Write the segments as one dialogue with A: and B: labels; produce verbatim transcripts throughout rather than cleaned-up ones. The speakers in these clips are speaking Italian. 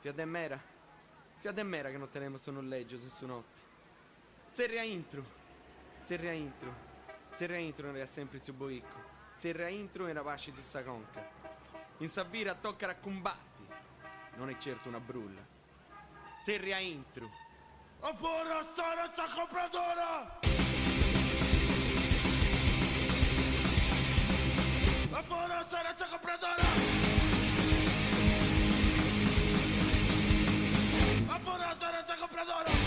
A: Fiade mera, fiade mera che non tenemos un noleggio se su notte. Zerria intro, zerria intro, zerria intro era sempre il suo boicco, zerria intro era pasci si sa conca. In Savira tocca a combatti, non è certo una brulla. Zerria intro. A fuori sta compradora! A fuori sta compradora! A fuori sta compradora!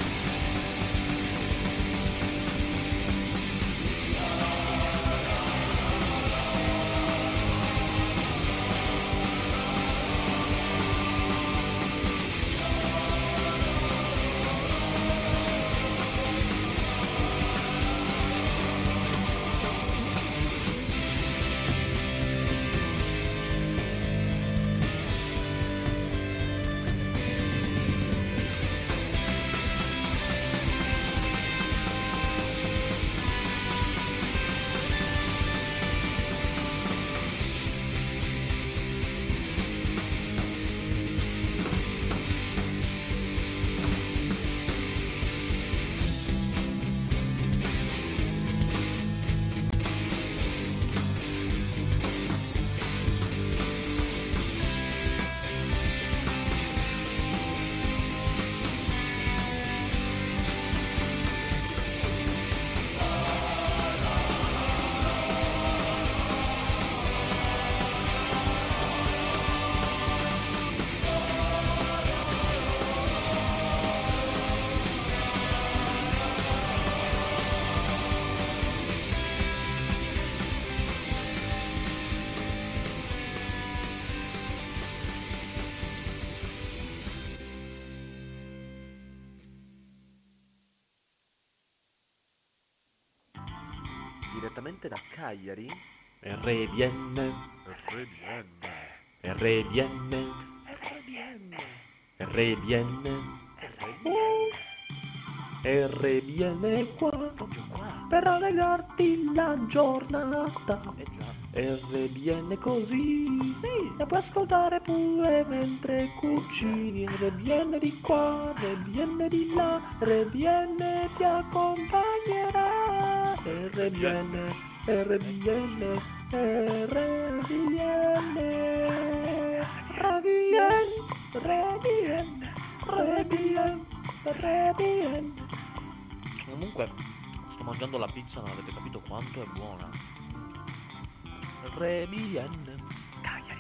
B: Direttamente da Cagliari,
C: R B N,
B: R B N,
C: R B N, R B N, R B N qua,
B: proprio qua.
C: per allegrarti la giornata.
B: Eh già.
C: R B N così,
B: Sì.
C: la puoi ascoltare pure mentre cucini. R B N di qua, R B N di là, R B N ti accompagnerà. R B N, R B N, R B N, R B N, R B N, R B N, R B N.
B: Comunque, sto mangiando la pizza, non avete capito quanto è buona.
C: R B N Cagliari.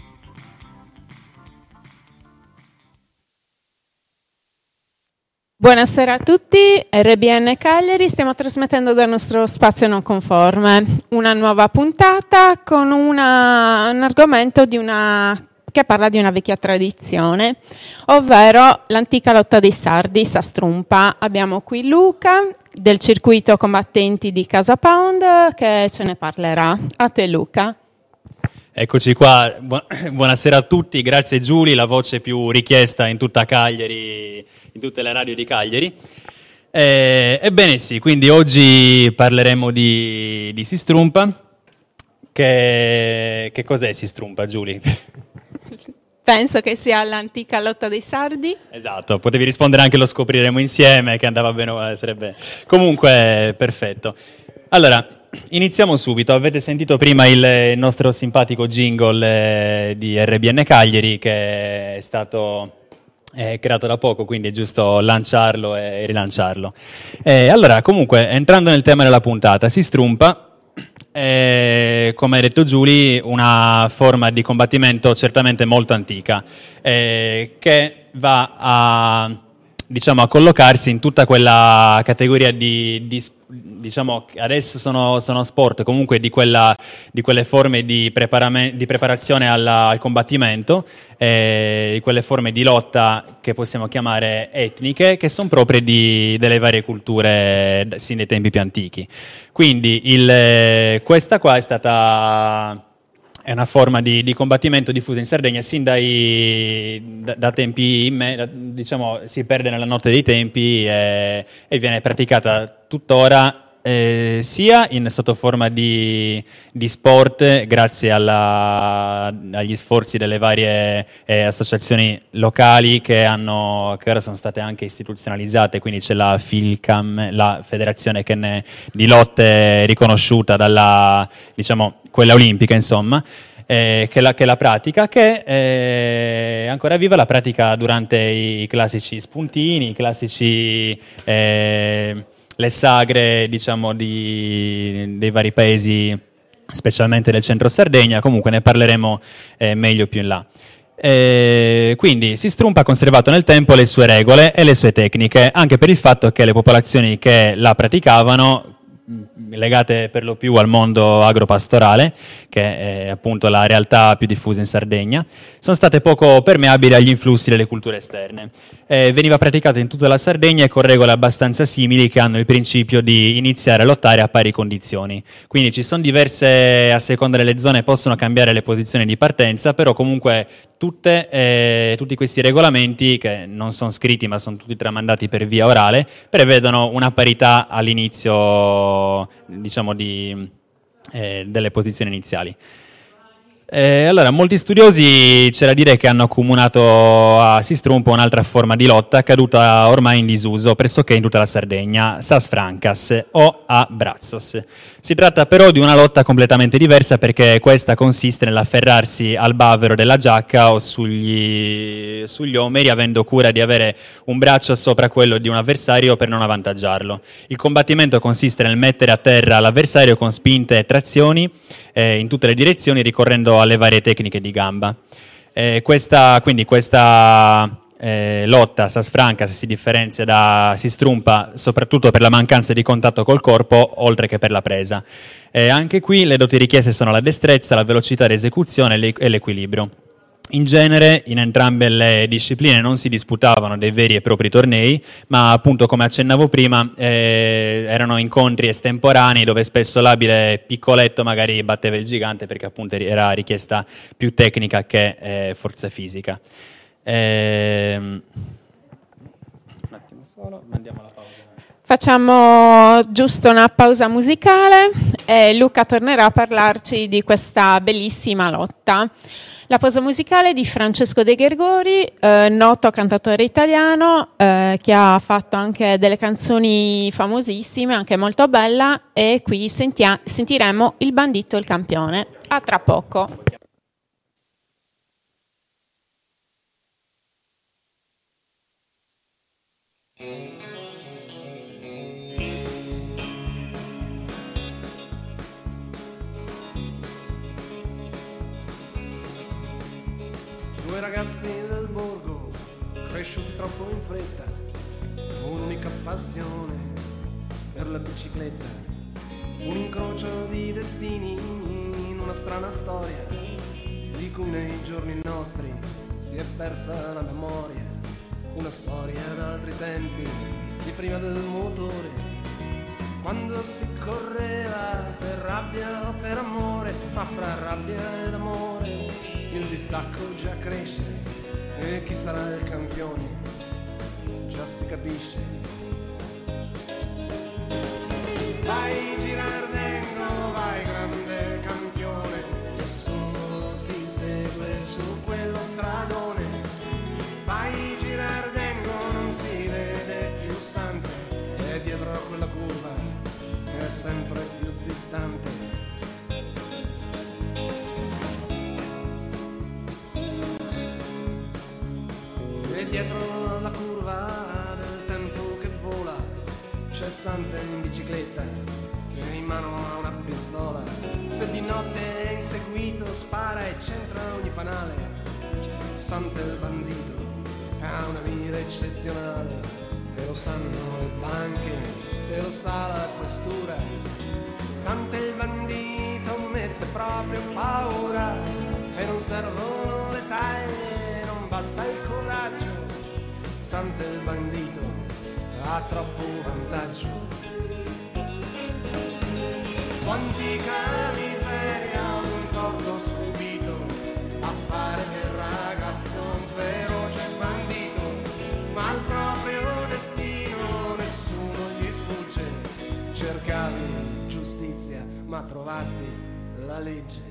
D: Buonasera a tutti, R B N Cagliari, stiamo trasmettendo dal nostro spazio non conforme, una nuova puntata con una, un argomento di una, che parla di una vecchia tradizione, ovvero l'antica lotta dei sardi, Sastrumpa. Abbiamo qui Luca del circuito combattenti di Casa Pound che ce ne parlerà. A te Luca.
E: Eccoci qua, Bu- buonasera a tutti, grazie Giulia, la voce più richiesta in tutta Cagliari, in tutte le radio di Cagliari. Eh, ebbene sì, quindi oggi parleremo di, di Sistrumpa. Che, che cos'è Sistrumpa, Giulia?
D: Penso che sia l'antica lotta dei sardi.
E: Esatto, potevi rispondere anche lo scopriremo insieme, che andava bene, sarebbe... Comunque, perfetto. Allora, iniziamo subito. Avete sentito prima il nostro simpatico jingle eh, di R B N Cagliari, che è stato eh, creato da poco, quindi è giusto lanciarlo e rilanciarlo. Eh, allora, comunque, entrando nel tema della puntata, Sistrumpa è, come ha detto Giulia, una forma di combattimento certamente molto antica, eh, che va a, diciamo, a collocarsi in tutta quella categoria di, di diciamo, adesso sono, sono sport, comunque di, quella, di quelle forme di, di preparazione alla, al combattimento, eh, di quelle forme di lotta che possiamo chiamare etniche, che sono proprie di, delle varie culture sin dai tempi più antichi. Quindi il, questa qua è stata... È una forma di, di combattimento diffusa in Sardegna sin dai da, da tempi, me, diciamo, si perde nella notte dei tempi e, e viene praticata tuttora eh, sia in sotto forma di, di sport, grazie alla, agli sforzi delle varie eh, associazioni locali che, hanno, che ora sono state anche istituzionalizzate, quindi c'è la FILCAM, la federazione che ne, di lotte riconosciuta dalla, diciamo, quella olimpica, insomma, eh, che, la, che la pratica, che è ancora viva, la pratica durante i classici spuntini, i classici... Eh, le sagre, diciamo, di, dei vari paesi, specialmente del centro Sardegna. Comunque ne parleremo eh, meglio più in là. Eh, quindi Sistrumpa ha conservato nel tempo le sue regole e le sue tecniche, anche per il fatto che le popolazioni che la praticavano, legate per lo più al mondo agropastorale, che è appunto la realtà più diffusa in Sardegna, sono state poco permeabili agli influssi delle culture esterne. Eh, veniva praticata in tutta la Sardegna e con regole abbastanza simili che hanno il principio di iniziare a lottare a pari condizioni. Quindi ci sono diverse, a seconda delle zone possono cambiare le posizioni di partenza, però comunque tutte, eh, tutti questi regolamenti, che non sono scritti ma sono tutti tramandati per via orale, prevedono una parità all'inizio, diciamo, di, eh, delle posizioni iniziali. Eh, allora, molti studiosi c'è da dire che hanno accomunato a Sistrumpa un'altra forma di lotta caduta ormai in disuso pressoché in tutta la Sardegna, Sas Francas o a Brazzos. Si tratta però di una lotta completamente diversa, perché questa consiste nell'afferrarsi al bavero della giacca o sugli, sugli omeri, avendo cura di avere un braccio sopra quello di un avversario per non avvantaggiarlo. Il combattimento consiste nel mettere a terra l'avversario con spinte e trazioni eh, in tutte le direzioni, ricorrendo alle varie tecniche di gamba. Eh, questa, quindi questa eh, lotta Sas Francas si differenzia da Sistrumpa soprattutto per la mancanza di contatto col corpo, oltre che per la presa. Eh, anche qui le doti richieste sono la destrezza, la velocità di esecuzione e l'equilibrio. In genere in entrambe le discipline non si disputavano dei veri e propri tornei, ma appunto, come accennavo prima, eh, erano incontri estemporanei dove spesso l'abile piccoletto magari batteva il gigante, perché appunto era richiesta più tecnica che eh, forza fisica. Eh, un attimo solo, mandiamo la pausa.
D: Facciamo giusto una pausa musicale e Luca tornerà a parlarci di questa bellissima lotta. La pausa musicale di Francesco De Gregori, eh, noto cantautore italiano, eh, che ha fatto anche delle canzoni famosissime, anche molto bella, e qui sentia- sentiremo Il bandito e il campione. A tra poco.
F: Due ragazzi del borgo, cresciuti troppo in fretta, un'unica passione per la bicicletta, un incrocio di destini in una strana storia, di cui nei giorni nostri si è persa la memoria, una storia d'altri tempi, di prima del motore, quando si correva per rabbia o per amore, ma fra rabbia ed amore il distacco già cresce e chi sarà il campione già si capisce. Vai Girardengo, vai grande campione, nessuno ti segue su quello stradone. Vai Girardengo, non si vede più Sante, e dietro a quella curva è sempre più distante. Dietro la curva del tempo che vola c'è Sante in bicicletta e in mano ha una pistola. Se di notte è inseguito spara e centra ogni fanale. Sante il bandito ha una mira eccezionale, e lo sanno le banche, e lo sa la questura. Sante il bandito mette proprio paura, e non servono le taglie, non basta il coraggio. Sante il bandito ha troppo vantaggio. Quantica miseria, un torto subito a fare del ragazzo un feroce bandito, ma al proprio destino nessuno gli sfugge, cerca cercavi giustizia, ma trovasti la legge.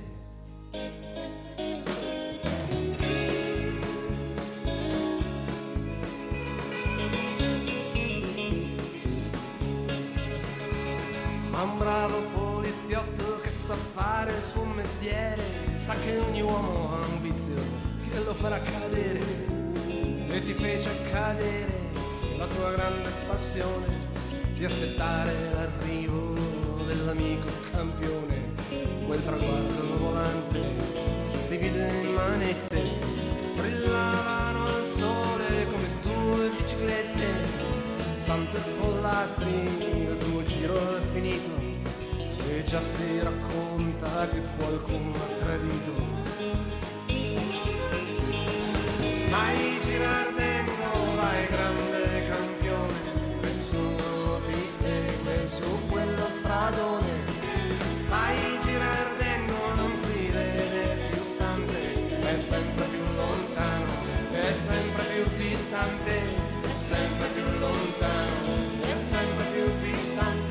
F: Ma un bravo poliziotto che sa fare il suo mestiere sa che ogni uomo ha un vizio che lo farà cadere, e ti fece cadere la tua grande passione di aspettare l'arrivo dell'amico campione. Quel traguardo volante di vite in manette brillavano al sole come due biciclette. Santo e pollastri, il tuo giro è finito e già si racconta che qualcuno ha tradito. Vai Girardengo, vai grande campione, nessuno ti segue su quello stradone. Vai Girardengo, non si vede più Sante, è sempre più lontano, è sempre più distante, è sempre più lontano, è sempre più distante.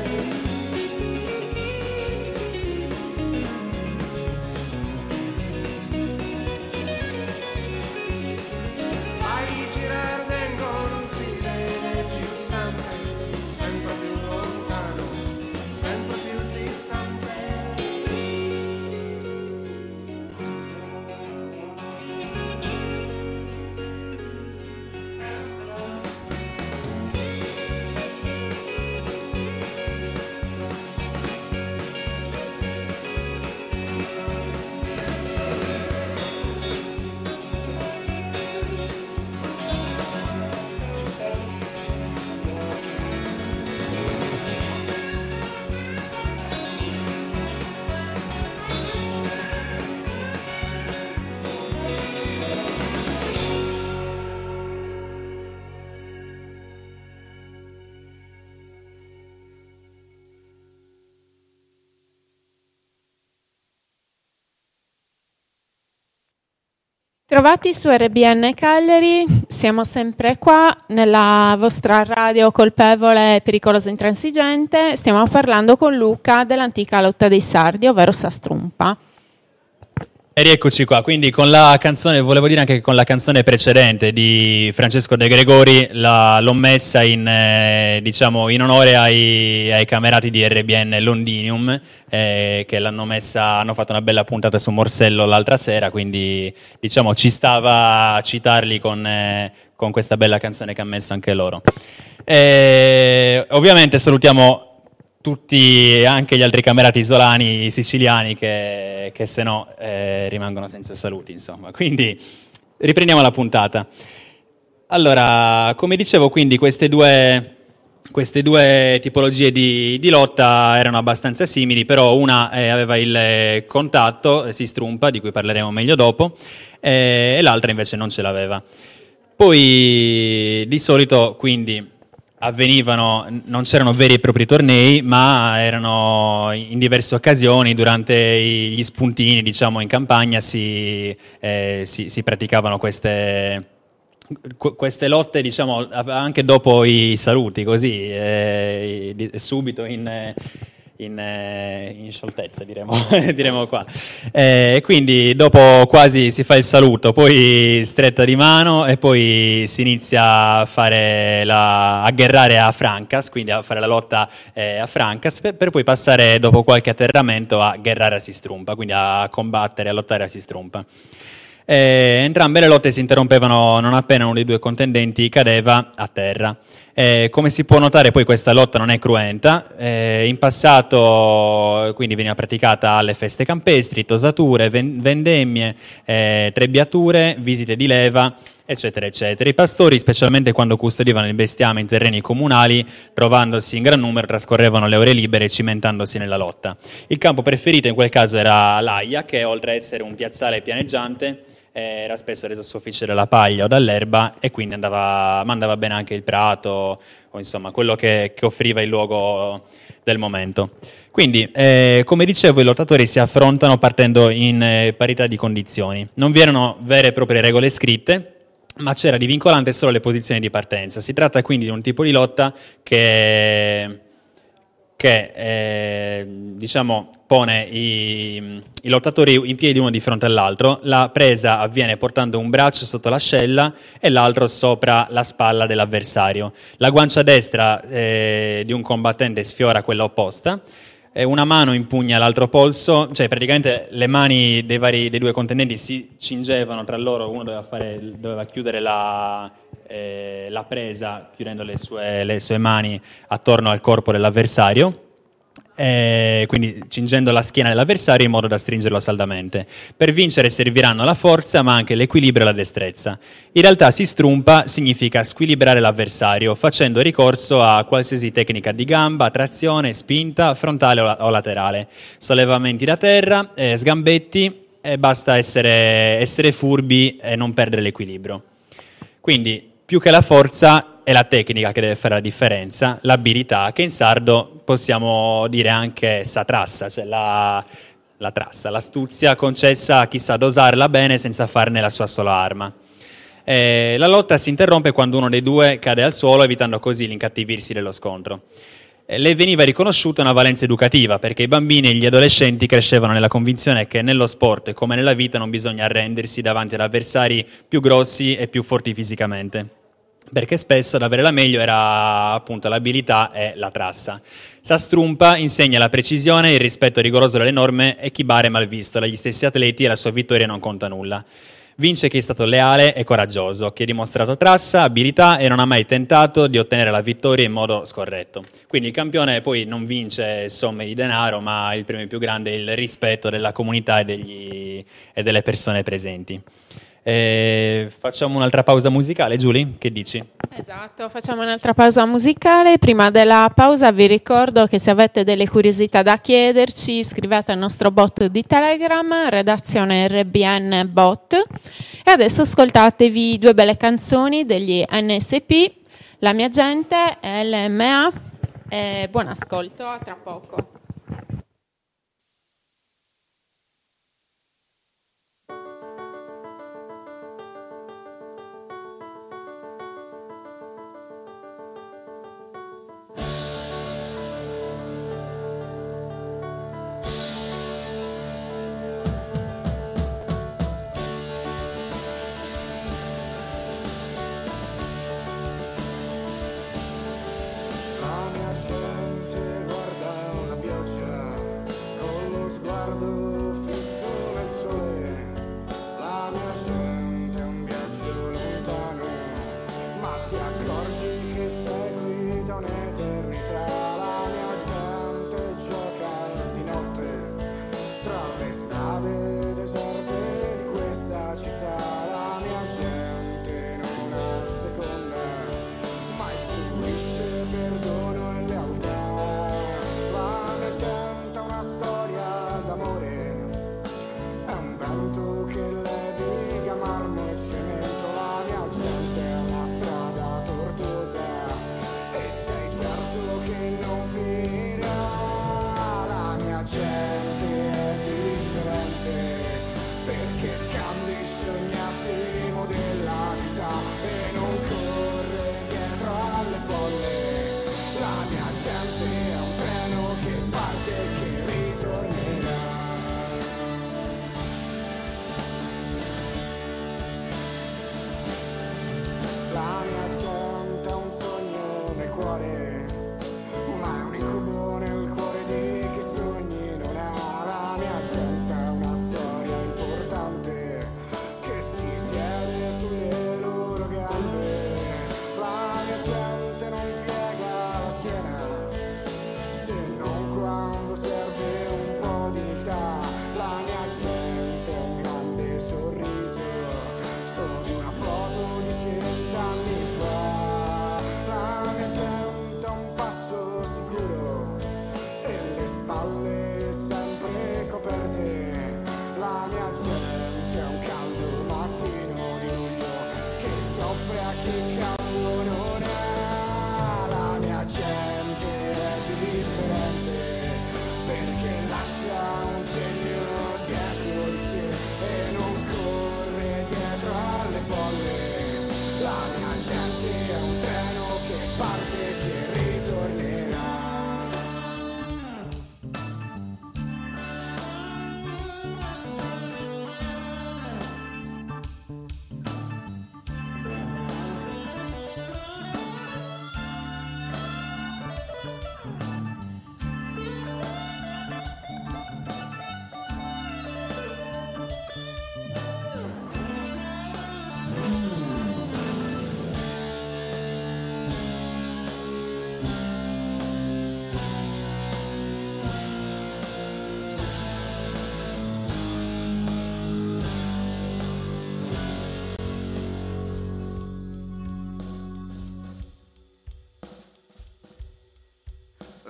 D: Trovati su R B N Cagliari, siamo sempre qua nella vostra radio colpevole e pericolosa intransigente. Stiamo parlando con Luca dell'antica lotta dei sardi, ovvero Sastrumpa.
E: E rieccoci qua, quindi con la canzone, volevo dire anche che con la canzone precedente di Francesco De Gregori la, l'ho messa in, eh, diciamo, in onore ai, ai camerati di R B N Londinium, eh, che l'hanno messa, hanno fatto una bella puntata su Morsello l'altra sera, quindi diciamo ci stava a citarli con, eh, con questa bella canzone che ha messo anche loro. E, ovviamente salutiamo tutti, anche gli altri camerati isolani siciliani che, che se no eh, rimangono senza saluti, insomma. Quindi riprendiamo la puntata. Allora, come dicevo, quindi queste due, queste due tipologie di, di lotta erano abbastanza simili, però una eh, aveva il contatto, si strumpa, di cui parleremo meglio dopo, eh, e l'altra invece non ce l'aveva. Poi di solito, quindi, avvenivano, non c'erano veri e propri tornei, ma erano in diverse occasioni, durante gli spuntini, diciamo, in campagna si, eh, si, si praticavano queste, queste lotte, diciamo, anche dopo i saluti, così, eh, subito in... In, in scioltezza, diremo, diremo qua. E eh, quindi dopo quasi si fa il saluto, poi stretta di mano e poi si inizia a fare la, a guerrare a Francas, quindi a fare la lotta eh, a Francas, per, per poi passare dopo qualche atterramento a guerrare a Sistrumpa, quindi a combattere, a lottare a Sistrumpa. Eh, entrambe le lotte si interrompevano non appena uno dei due contendenti cadeva a terra. Eh, come si può notare, poi questa lotta non è cruenta. Eh, in passato quindi veniva praticata alle feste campestri, tosature, ven- vendemmie, eh, trebbiature, visite di leva, eccetera eccetera. I pastori, specialmente quando custodivano il bestiame in terreni comunali, trovandosi in gran numero, trascorrevano le ore libere cimentandosi nella lotta. Il campo preferito in quel caso era l'Aia, che oltre a essere un piazzale pianeggiante era spesso reso a sofficere dalla paglia o dall'erba, e quindi andava, mandava bene anche il prato, o insomma quello che, che offriva il luogo del momento. Quindi, eh, come dicevo, i lottatori si affrontano partendo in eh, parità di condizioni. Non vi erano vere e proprie regole scritte, ma c'era di vincolante solo le posizioni di partenza. Si tratta quindi di un tipo di lotta che che eh, diciamo pone i, i lottatori in piedi uno di fronte all'altro. La presa avviene portando un braccio sotto l'ascella e l'altro sopra la spalla dell'avversario. La guancia destra eh, di un combattente sfiora quella opposta, e una mano impugna l'altro polso, cioè praticamente le mani dei, vari, dei due contendenti si cingevano tra loro, uno doveva, fare, doveva chiudere la, eh, la presa chiudendo le sue, le sue mani attorno al corpo dell'avversario, eh, quindi cingendo la schiena dell'avversario in modo da stringerlo saldamente. Per vincere serviranno la forza ma anche l'equilibrio e la destrezza. In realtà si strumpa significa squilibrare l'avversario facendo ricorso a qualsiasi tecnica di gamba, trazione, spinta, frontale o, o laterale, sollevamenti da terra, eh, sgambetti, e basta essere, essere furbi e non perdere l'equilibrio. Quindi più che la forza è la tecnica che deve fare la differenza, l'abilità, che in sardo possiamo dire anche satrassa, cioè la, la trassa, l'astuzia concessa a chi sa dosarla bene senza farne la sua sola arma. Eh, la lotta si interrompe quando uno dei due cade al suolo, evitando così l'incattivirsi dello scontro. Eh, le veniva riconosciuta una valenza educativa, perché i bambini e gli adolescenti crescevano nella convinzione che nello sport, come nella vita, non bisogna arrendersi davanti ad avversari più grossi e più forti fisicamente, perché spesso ad avere la meglio era appunto l'abilità e la trassa. Sastrumpa insegna la precisione, il rispetto rigoroso delle norme e chi bara è mal visto dagli stessi atleti e la sua vittoria non conta nulla. Vince chi è stato leale e coraggioso, chi ha dimostrato trassa, abilità e non ha mai tentato di ottenere la vittoria in modo scorretto. Quindi il campione poi non vince somme di denaro, ma il premio più grande è il rispetto della comunità e, degli, e delle persone presenti. Eh, facciamo un'altra pausa musicale, Giulia, che dici?
D: Esatto, facciamo un'altra pausa musicale. Prima della pausa vi ricordo che se avete delle curiosità da chiederci scrivete al nostro bot di Telegram, redazione R B N bot, e adesso ascoltatevi due belle canzoni degli N S P, La mia gente e L M A, e buon ascolto, a tra poco.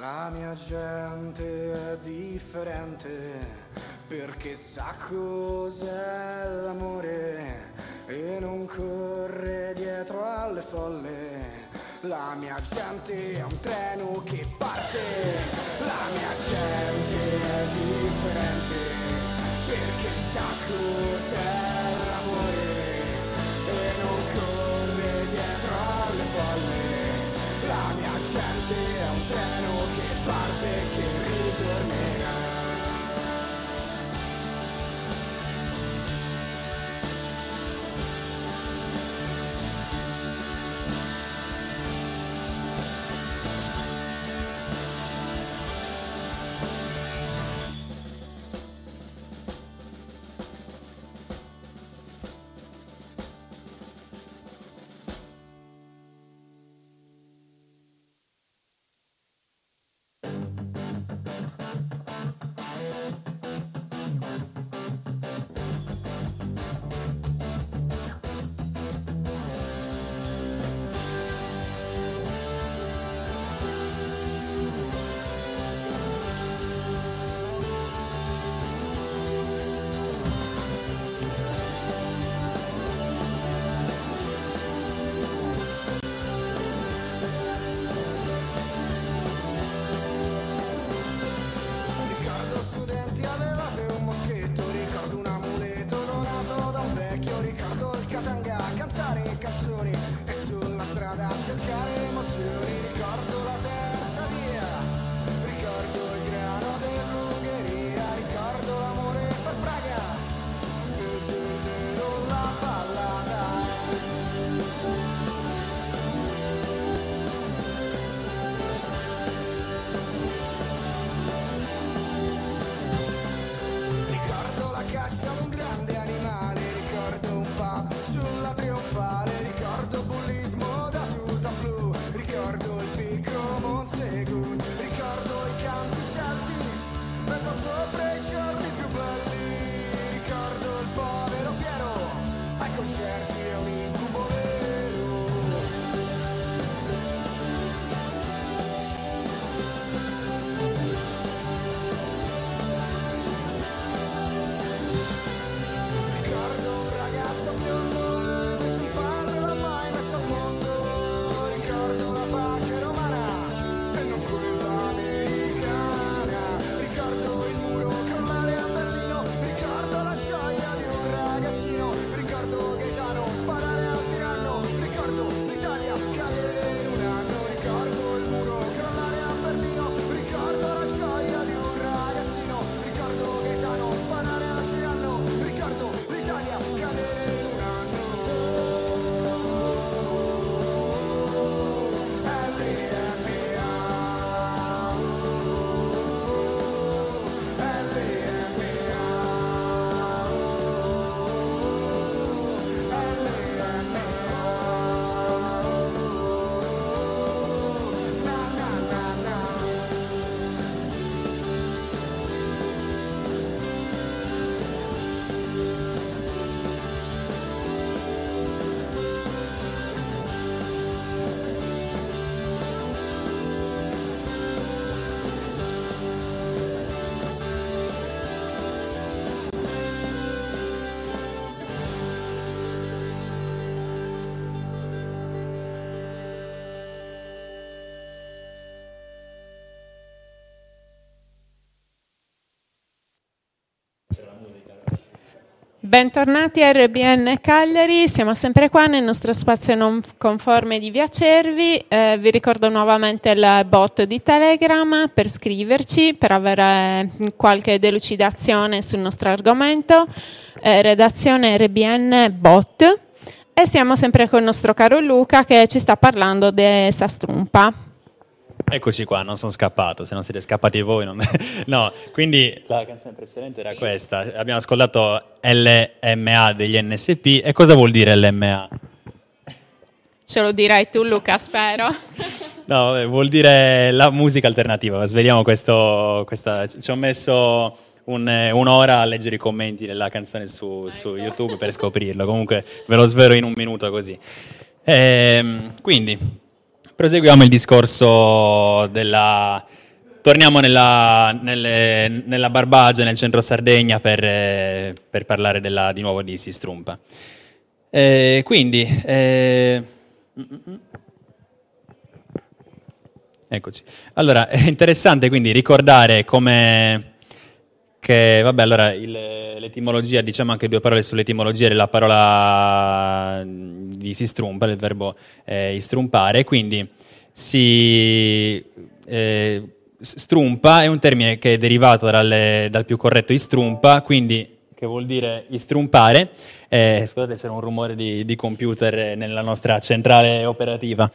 F: La mia gente è differente perché sa cos'è l'amore e non corre dietro alle folle. La mia gente è un treno che parte. La mia gente è differente perché sa cos'è l'amore e non corre dietro alle folle. La mia gente è un treno che parte e che ritornerà.
D: Bentornati a R B N Cagliari, siamo sempre qua nel nostro spazio non conforme di Via Cervi. Eh, vi ricordo nuovamente il bot di Telegram per scriverci, per avere qualche delucidazione sul nostro argomento. Eh, redazione R B N bot. E stiamo sempre con il nostro caro Luca che ci sta parlando di Sastrumpa.
E: Eccoci qua, non sono scappato, se non siete scappati voi. Non... no, quindi la canzone precedente era sì. questa. Abbiamo ascoltato L M A degli N S P. E cosa vuol dire L M A?
D: Ce lo dirai tu, Luca, spero.
E: No, vabbè, vuol dire la musica alternativa. Sveliamo questo. Questa... Ci ho messo un, un'ora a leggere i commenti della canzone su, su YouTube per scoprirlo. Comunque ve lo svelo in un minuto così. Ehm, quindi. Proseguiamo il discorso della, torniamo nella, nelle, nella Barbagia, nel centro Sardegna, per, eh, per parlare della, di nuovo di Sistrumpa. Eh, quindi, eh, eccoci. Allora, è interessante quindi ricordare come... Che, vabbè, allora, il, l'etimologia, diciamo anche due parole sull'etimologia della parola di Sistrumpa, del verbo eh, istrumpare, quindi si... Eh, strumpa è un termine che è derivato dal, dal più corretto istrumpa, quindi che vuol dire istrumpare. Eh, scusate, c'era un rumore di, di computer nella nostra centrale operativa.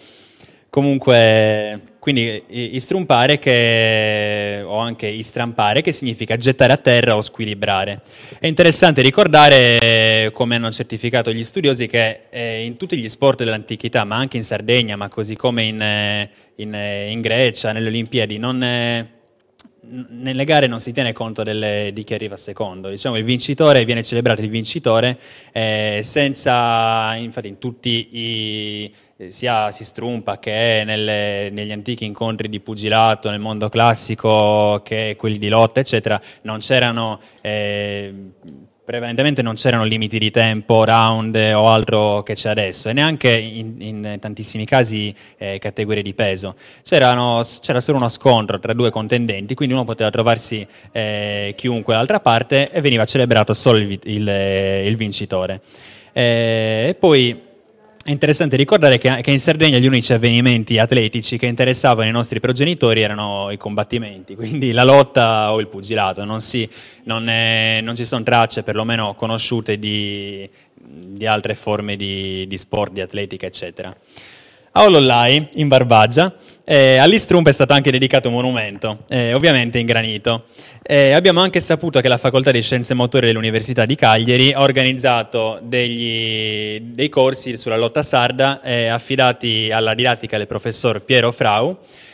E: Comunque, quindi istrumpare che, o anche istrampare, che significa gettare a terra o squilibrare. È interessante ricordare, come hanno certificato gli studiosi, che eh, in tutti gli sport dell'antichità, ma anche in Sardegna, ma così come in, in, in Grecia, nelle Olimpiadi, non... Eh, nelle gare non si tiene conto delle, di chi arriva secondo, diciamo il vincitore viene celebrato il vincitore eh, senza, infatti in tutti i sia Sistrumpa che nelle, negli antichi incontri di pugilato nel mondo classico che quelli di lotta eccetera non c'erano eh, prevalentemente non c'erano limiti di tempo, round o altro che c'è adesso, e neanche in, in tantissimi casi eh, categorie di peso. C'erano, c'era solo uno scontro tra due contendenti, quindi uno poteva trovarsi eh, chiunque dall'altra parte e veniva celebrato solo il, il, il vincitore. Eh, e poi è interessante ricordare che, che in Sardegna gli unici avvenimenti atletici che interessavano i nostri progenitori erano i combattimenti, quindi la lotta o il pugilato. Non, si, non, è, non ci sono tracce, perlomeno conosciute, di, di altre forme di, di sport, di atletica, eccetera. A Olollai, in Barbagia, eh, all'Istrumpa è stato anche dedicato un monumento, eh, ovviamente in granito. Eh, abbiamo anche saputo che la Facoltà di Scienze Motorie dell'Università di Cagliari ha organizzato degli, dei corsi sulla lotta sarda eh, affidati alla didattica del professor Piero Frau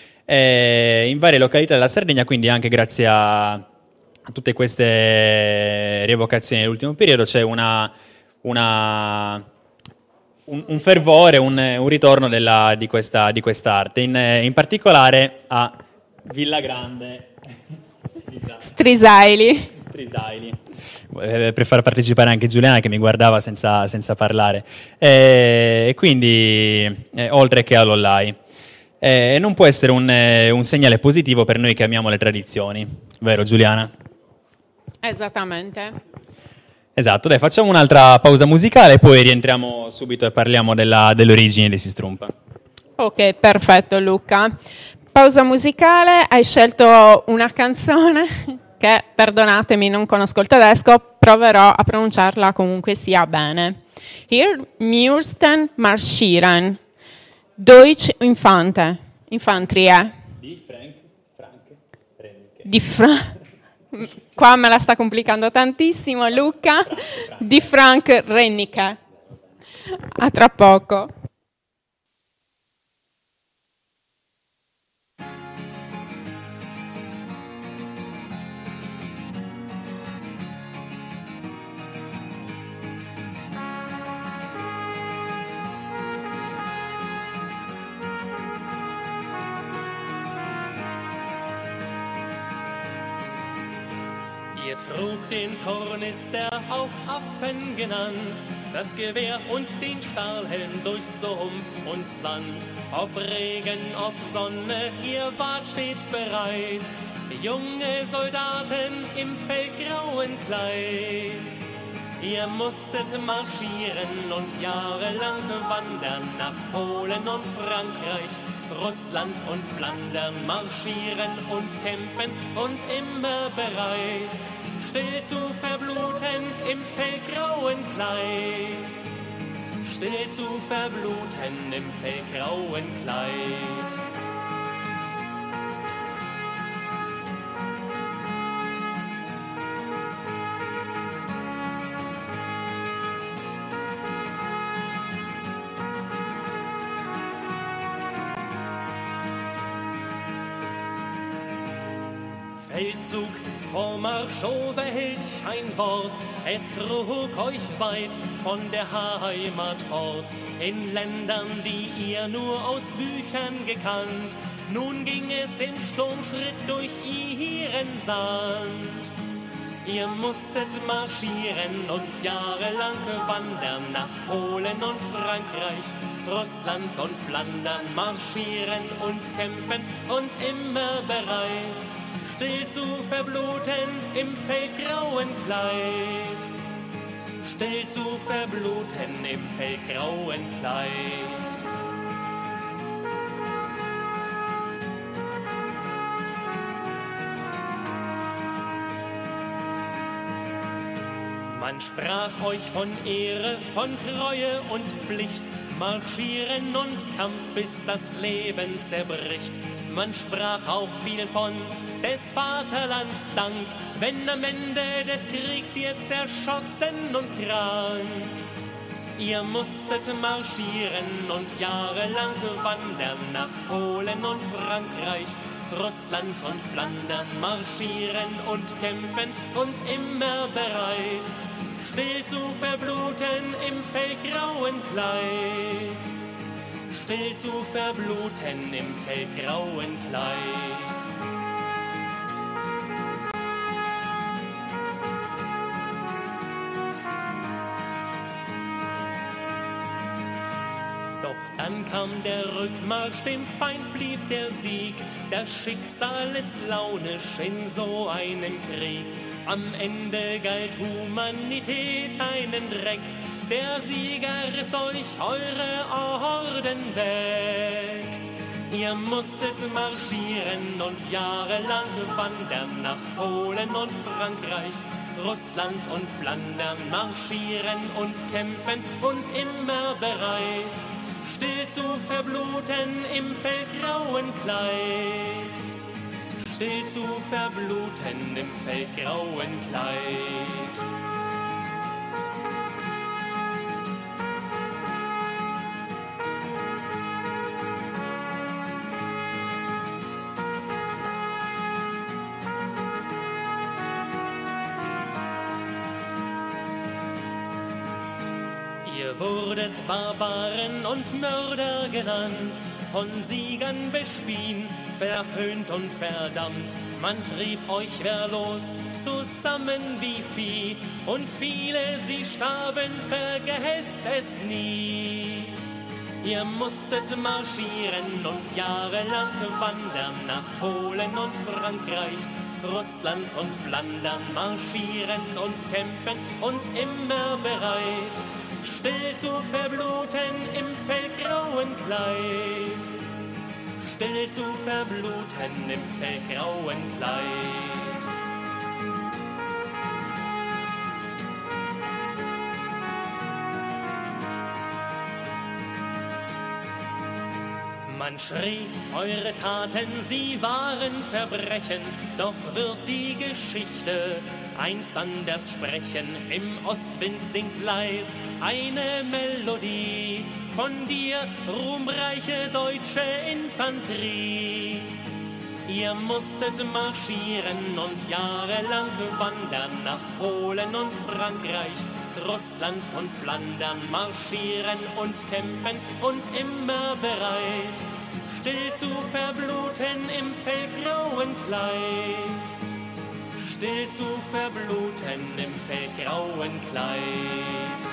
E: eh, in varie località della Sardegna, quindi anche grazie a, a tutte queste rievocazioni nell'ultimo periodo c'è una... una Un, un fervore, un, un ritorno della, di, questa, di quest'arte, in, in particolare a Villa Grande
D: Strisaili.
E: Strisaili. Eh, per far partecipare anche Giuliana che mi guardava senza, senza parlare. E eh, quindi, eh, oltre che all'Ollai. Eh, non può essere un, eh, un segnale positivo per noi che amiamo le tradizioni, vero Giuliana?
D: Esattamente.
E: Esatto, dai, facciamo un'altra pausa musicale e poi rientriamo subito e parliamo della, dell'origine di Sistrumpa.
D: Ok, perfetto Luca. Pausa musicale, hai scelto una canzone che, perdonatemi, non conosco il tedesco, proverò a pronunciarla comunque sia bene. Hier müssten marschieren, Deutsch Infante, Infanterie.
E: Di Frank, Frank, Rennicke.
D: Di Fra- Qua me la sta complicando tantissimo Luca. Di Frank Rennicke. A tra poco.
G: Ihr trug den Tornister, auch Affen genannt, das Gewehr und den Stahlhelm durch Sumpf und Sand. Ob Regen, ob Sonne, ihr wart stets bereit, junge Soldaten im feldgrauen Kleid. Ihr musstet marschieren und jahrelang wandern nach Polen und Frankreich, Russland und Flandern, marschieren und kämpfen und immer bereit, still zu verbluten im feldgrauen Kleid, still zu verbluten im feldgrauen Kleid. Feldzug Vor Marschau welch ein Wort, es trug euch weit von der Heimat fort, in Ländern, die ihr nur aus Büchern gekannt. Nun ging es im Sturmschritt durch ihren Sand. Ihr musstet marschieren und jahrelang wandern nach Polen und Frankreich, Russland und Flandern, marschieren und kämpfen und immer bereit, still zu verbluten im feldgrauen Kleid. Still zu verbluten im feldgrauen Kleid. Man sprach euch von Ehre, von Treue und Pflicht, marschieren und Kampf, bis das Leben zerbricht. Man sprach auch viel von des Vaterlands Dank, wenn am Ende des Kriegs ihr zerschossen und krank. Ihr musstet marschieren und jahrelang wandern nach Polen und Frankreich, Russland und Flandern, marschieren und kämpfen und immer bereit, still zu verbluten im feldgrauen Kleid. Still zu verbluten im feldgrauen Kleid. Doch dann kam der Rückmarsch, dem Feind blieb der Sieg. Das Schicksal ist launisch in so einem Krieg. Am Ende galt Humanität einen Dreck. Der Sieger riss euch eure Orden weg. Ihr musstet marschieren und jahrelang wandern nach Polen und Frankreich, Russland und Flandern, marschieren und kämpfen und immer bereit, still zu verbluten im feldgrauen Kleid. Still zu verbluten im feldgrauen Kleid. Ihr wurdet Barbaren und Mörder genannt, von Siegern bespien, verhöhnt und verdammt. Man trieb euch wehrlos zusammen wie Vieh, und viele, sie starben, vergesst es nie. Ihr musstet marschieren und jahrelang wandern nach Polen und Frankreich, Russland und Flandern, marschieren und kämpfen und immer bereit, still zu verbluten im feldgrauen Kleid. Still zu verbluten im feldgrauen Kleid. Man schrie, eure Taten, sie waren Verbrechen, doch wird die Geschichte einst anders sprechen. Im Ostwind singt leis eine Melodie von dir, ruhmreiche deutsche Infanterie. Ihr musstet marschieren und jahrelang wandern nach Polen und Frankreich, Russland und Flandern, marschieren und kämpfen und immer bereit, still zu verbluten im feldgrauen Kleid. Still zu verbluten im feldgrauen Kleid.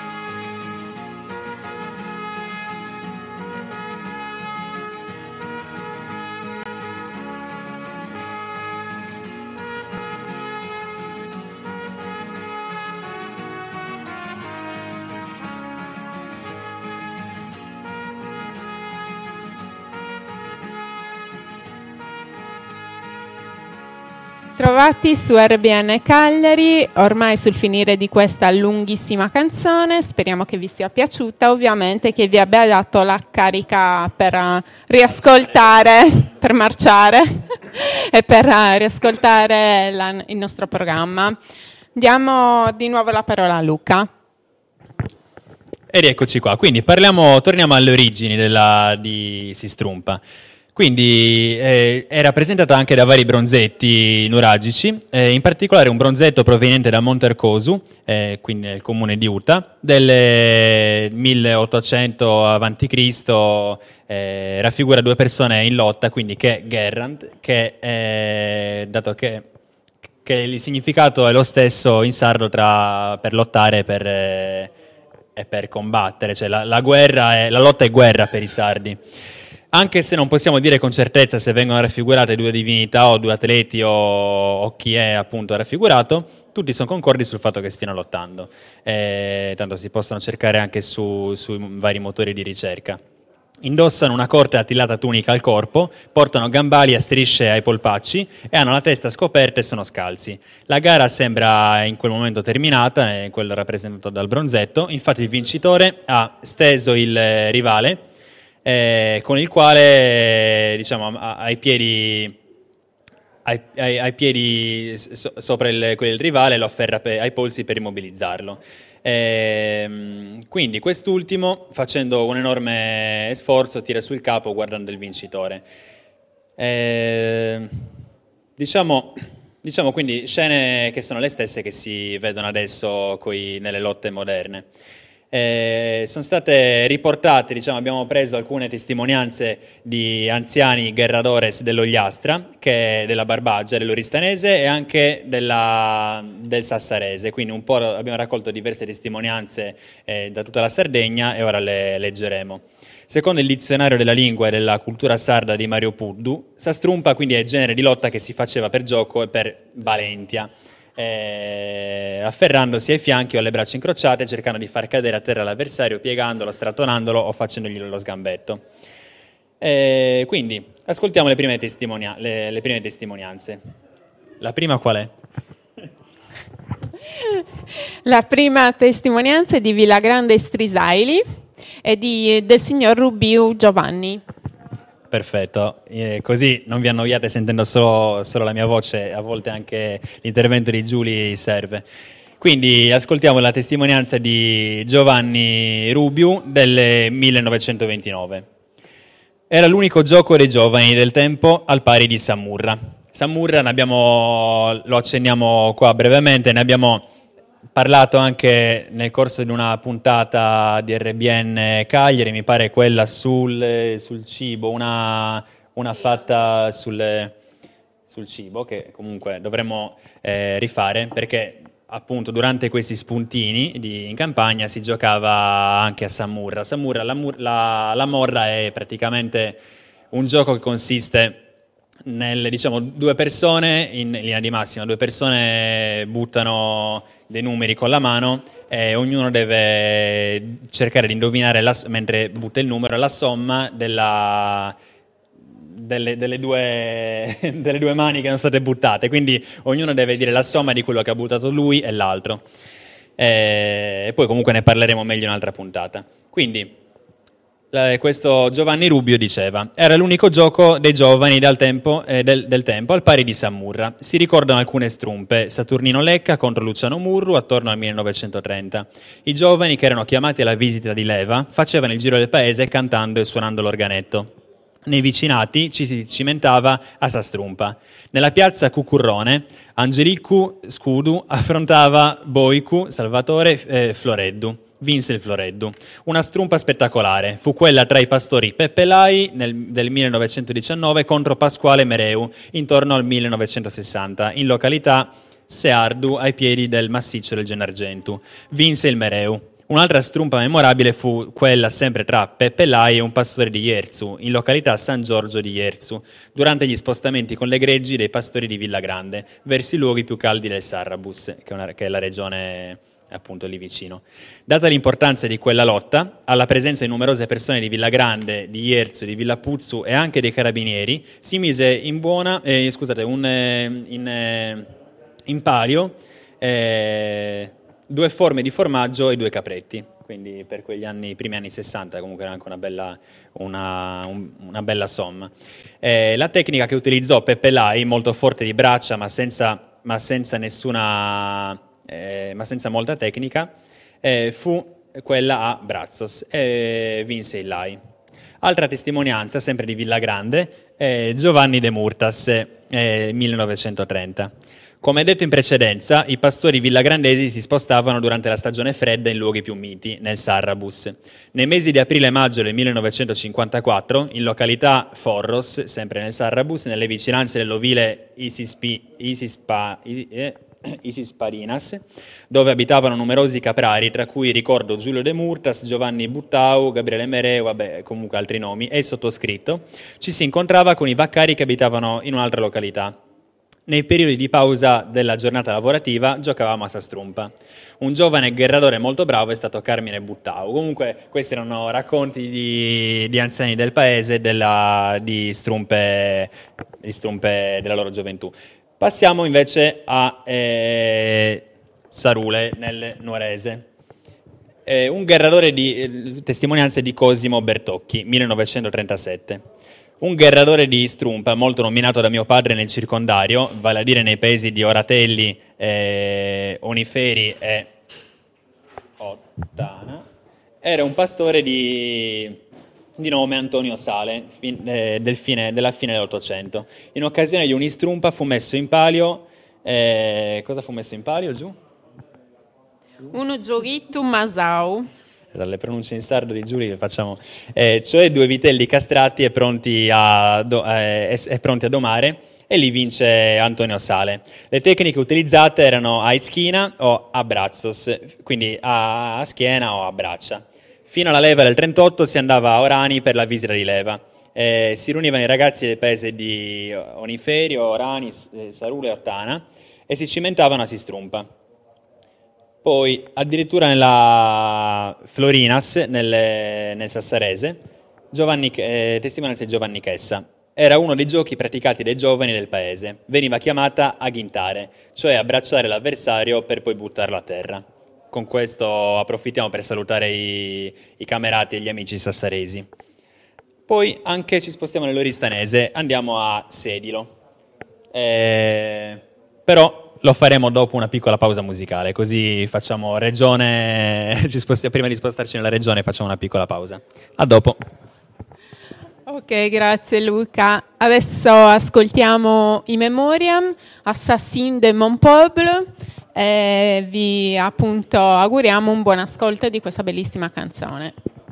D: Trovati su R B N Cagliari, ormai sul finire di questa lunghissima canzone, speriamo che vi sia piaciuta, ovviamente che vi abbia dato la carica per uh, riascoltare, per marciare e per uh, riascoltare la, il nostro programma. Diamo di nuovo la parola a Luca.
E: E rieccoci qua, quindi parliamo, torniamo alle origini della, di Si Strumpa. Quindi eh, è rappresentata anche da vari bronzetti nuragici, eh, in particolare un bronzetto proveniente da Montercosu, eh, quindi nel comune di Uta, del milleottocento avanti Cristo, eh, raffigura due persone in lotta, quindi che Gerrand, che eh, dato che, che il significato è lo stesso in sardo tra, per lottare per, eh, e per combattere, cioè la, la, guerra è, la lotta è guerra per i sardi. Anche se non possiamo dire con certezza se vengono raffigurate due divinità o due atleti o, o chi è appunto raffigurato, tutti sono concordi sul fatto che stiano lottando. Eh, tanto si possono cercare anche su, sui vari motori di ricerca. Indossano una corta e attillata tunica al corpo, portano gambali a strisce ai polpacci e hanno la testa scoperta e sono scalzi. La gara sembra in quel momento terminata, è quello rappresentato dal bronzetto, infatti il vincitore ha steso il rivale, Eh, con il quale diciamo ai piedi ai, ai, ai piedi so, sopra il, il rivale lo afferra pe, ai polsi per immobilizzarlo. Eh, quindi quest'ultimo, facendo un enorme sforzo, tira sul capo guardando il vincitore. Eh, diciamo, diciamo quindi scene che sono le stesse che si vedono adesso coi, nelle lotte moderne. Eh, sono state riportate, diciamo, abbiamo preso alcune testimonianze di anziani guerradores dell'Ogliastra, che è della Barbagia, dell'Oristanese e anche della, del Sassarese, quindi un po' abbiamo raccolto diverse testimonianze eh, da tutta la Sardegna e ora le leggeremo. Secondo il dizionario della lingua e della cultura sarda di Mario Puddu, Sastrumpa quindi è il genere di lotta che si faceva per gioco e per valentia. Eh, afferrandosi ai fianchi o alle braccia incrociate, cercando di far cadere a terra l'avversario, piegandolo, strattonandolo o facendogli lo sgambetto. Eh, quindi, ascoltiamo le prime, testimonia- le, le prime testimonianze. La prima qual è?
D: La prima testimonianza è di Villagrande Strisaili e di, del signor Rubiu Giovanni.
E: Perfetto, eh, così non vi annoiate sentendo solo, solo la mia voce, a volte anche l'intervento di Giulia serve. Quindi ascoltiamo la testimonianza di Giovanni Rubiu del millenovecentoventinove. Era l'unico gioco dei giovani del tempo al pari di Samurra. Samurra ne abbiamo, lo accenniamo qua brevemente, ne abbiamo parlato anche nel corso di una puntata di R B N Cagliari, mi pare quella sul, sul cibo, una, una fatta sul, sul cibo che comunque dovremmo eh, rifare, perché appunto durante questi spuntini di, in campagna si giocava anche a Samurra. Samurra, la, la, la morra è praticamente un gioco che consiste nel, diciamo, due persone, in linea di massima, due persone buttano dei numeri con la mano e ognuno deve cercare di indovinare, la, mentre butta il numero, la somma della, delle, delle, due, delle due mani che sono state buttate. Quindi ognuno deve dire la somma di quello che ha buttato lui e l'altro. E, e poi comunque ne parleremo meglio in un'altra puntata. Quindi questo Giovanni Rubiu diceva: era l'unico gioco dei giovani dal tempo, eh, del, del tempo al pari di Samurra. Si ricordano alcune strumpe: Saturnino Lecca contro Luciano Murru attorno al millenovecentotrenta. I giovani, che erano chiamati alla visita di leva, facevano il giro del paese cantando e suonando l'organetto. Nei vicinati ci si cimentava a Sastrumpa. Nella piazza Cucurrone, Angelicu Scudu affrontava Boicu Salvatore eh, Floreddu. Vinse il Floreddu. Una strumpa spettacolare fu quella tra i pastori Peppe Lai nel, del millenovecentodiciannove contro Pasquale Mereu intorno al millenovecentosessanta in località Seardu ai piedi del massiccio del Gennargentu. Vinse il Mereu. Un'altra strumpa memorabile fu quella sempre tra Peppe Lai e un pastore di Ierzu in località San Giorgio di Ierzu durante gli spostamenti con le greggi dei pastori di Villagrande verso i luoghi più caldi del Sarrabus, che è, una, che è la regione appunto lì vicino. Data l'importanza di quella lotta, alla presenza di numerose persone di Villagrande, di Ierzu, di Villapuzzu e anche dei carabinieri, si mise in buona, eh, scusate, un, eh, in, eh, in palio eh, due forme di formaggio e due capretti. Quindi per quegli anni, i primi anni sessanta, comunque era anche una bella, una, un, una bella somma. Eh, la tecnica che utilizzò Peppe Lai, molto forte di braccia ma senza, ma senza nessuna... Eh, ma senza molta tecnica, eh, fu quella a Brazos e vinse il Lai. Altra testimonianza, sempre di Villagrande, eh, Giovanni de Murtas, eh, millenovecentotrenta. Come detto in precedenza, i pastori villagrandesi si spostavano durante la stagione fredda in luoghi più miti, nel Sarrabus. Nei mesi di aprile e maggio del millenovecentocinquantaquattro, in località Forros, sempre nel Sarrabus, nelle vicinanze dell'ovile Isispi, Isispa, eh, Isisparinas, dove abitavano numerosi caprari, tra cui ricordo Giulio de Murtas, Giovanni Buttau, Gabriele Mereu, vabbè, comunque altri nomi, e il sottoscritto, ci si incontrava con i vaccari che abitavano in un'altra località. Nei periodi di pausa della giornata lavorativa giocavamo a Sastrumpa. Un giovane guerratore molto bravo è stato Carmine Buttau. Comunque questi erano racconti di, di anziani del paese della, di, strumpe, di strumpe della loro gioventù. Passiamo invece a eh, Sarule, nel Nuorese. Eh, un guerratore di eh, testimonianze di Cosimo Bertocchi, millenovecentotrentasette. Un guerratore di Strumpa, molto nominato da mio padre nel circondario, vale a dire nei paesi di Oratelli, eh, Oniferi e Ottana, era un pastore di, di nome Antonio Sale, fin, eh, del fine, della fine dell'Ottocento. In occasione di un'istrumpa fu messo in palio, eh, cosa fu messo in palio giù?
D: Uno giochito Masau.
E: Dalle pronunce in sardo di Giuri che facciamo, eh, cioè due vitelli castrati e pronti a, do, eh, e, e pronti a domare, e lì vince Antonio Sale. Le tecniche utilizzate erano a ischina o a brazzos, quindi a, a schiena o a braccia. Fino alla leva del trentotto si andava a Orani per la visita di leva. Eh, si riunivano i ragazzi del paese di Oniferio, Orani, Sarule e Ottana e si cimentavano a Sistrumpa. Poi addirittura nella Florinas, nel, nel Sassarese, Giovanni, eh, testimonianza di Giovanni Chessa. Era uno dei giochi praticati dai giovani del paese. Veniva chiamata aghintare, cioè abbracciare l'avversario per poi buttarlo a terra. Con questo approfittiamo per salutare i, i camerati e gli amici sassaresi. Poi anche ci spostiamo nell'Oristanese, andiamo a Sedilo. Eh, però lo faremo dopo una piccola pausa musicale, così facciamo regione, ci spostiamo, prima di spostarci nella regione facciamo una piccola pausa. A dopo.
D: Ok, grazie Luca. Adesso ascoltiamo i Memoriam, Assassin de mon peuple, e vi appunto auguriamo un buon ascolto di questa bellissima canzone.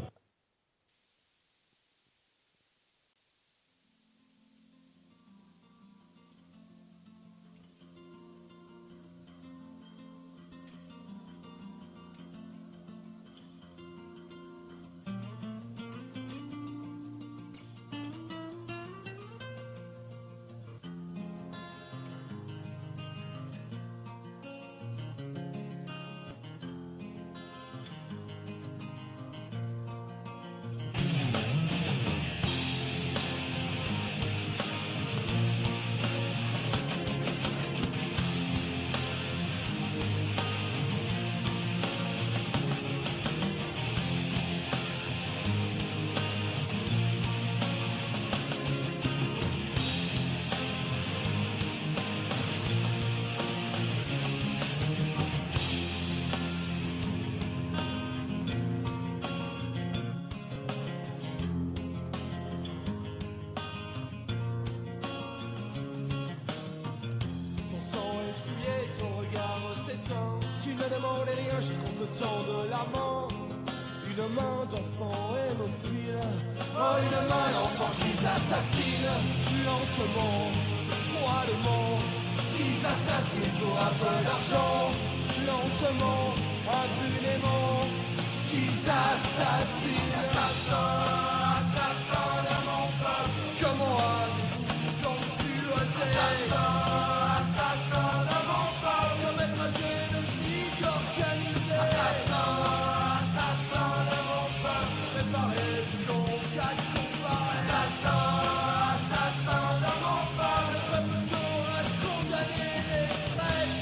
F: Tu ne demandes rien jusqu'on te tende la main. Une main d'enfant hémophile, oh une main d'enfant qui assassine lentement, froidement. Qui assassinent pour un peu d'argent, lentement, impunément. Qui assassinent, assassin, assassin de mon peuple. Comment as-tu donc pu oser, assassin, assassin de mon peuple, commettre un génocide organisé, assassin, assassin de mon peuple. Préparez-vous donc à comparer, assassin, assassin de mon peuple. Le peuple saura condamner les traîtres.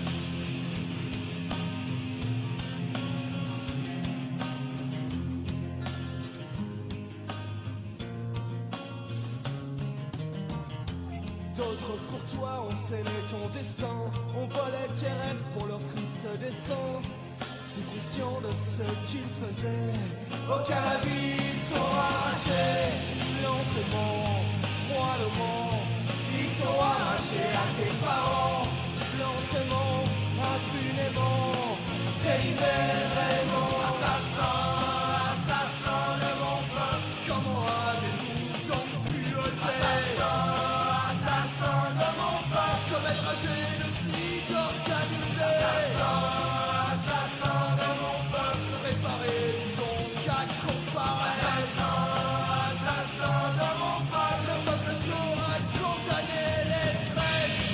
F: D'autres pour toi ont scellé ton destin, on volait tes rêves pour leur triste dessein. Si conscient de ce qu'ils faisaient, aucun habit t'ont arraché. Lentement, froidement. Ils t'ont arraché à tes parents, lentement, impunément. T'es libérément assassin, assassin de mon peuple. Comment avez-vous donc pu oser, assassin, assassin de mon peuple, commettre un génocide organisé, assassin, assassin de mon peuple. Préparez-vous donc à comparer, assassin, assassin de mon peuple. Le peuple saura condamner les traîtres.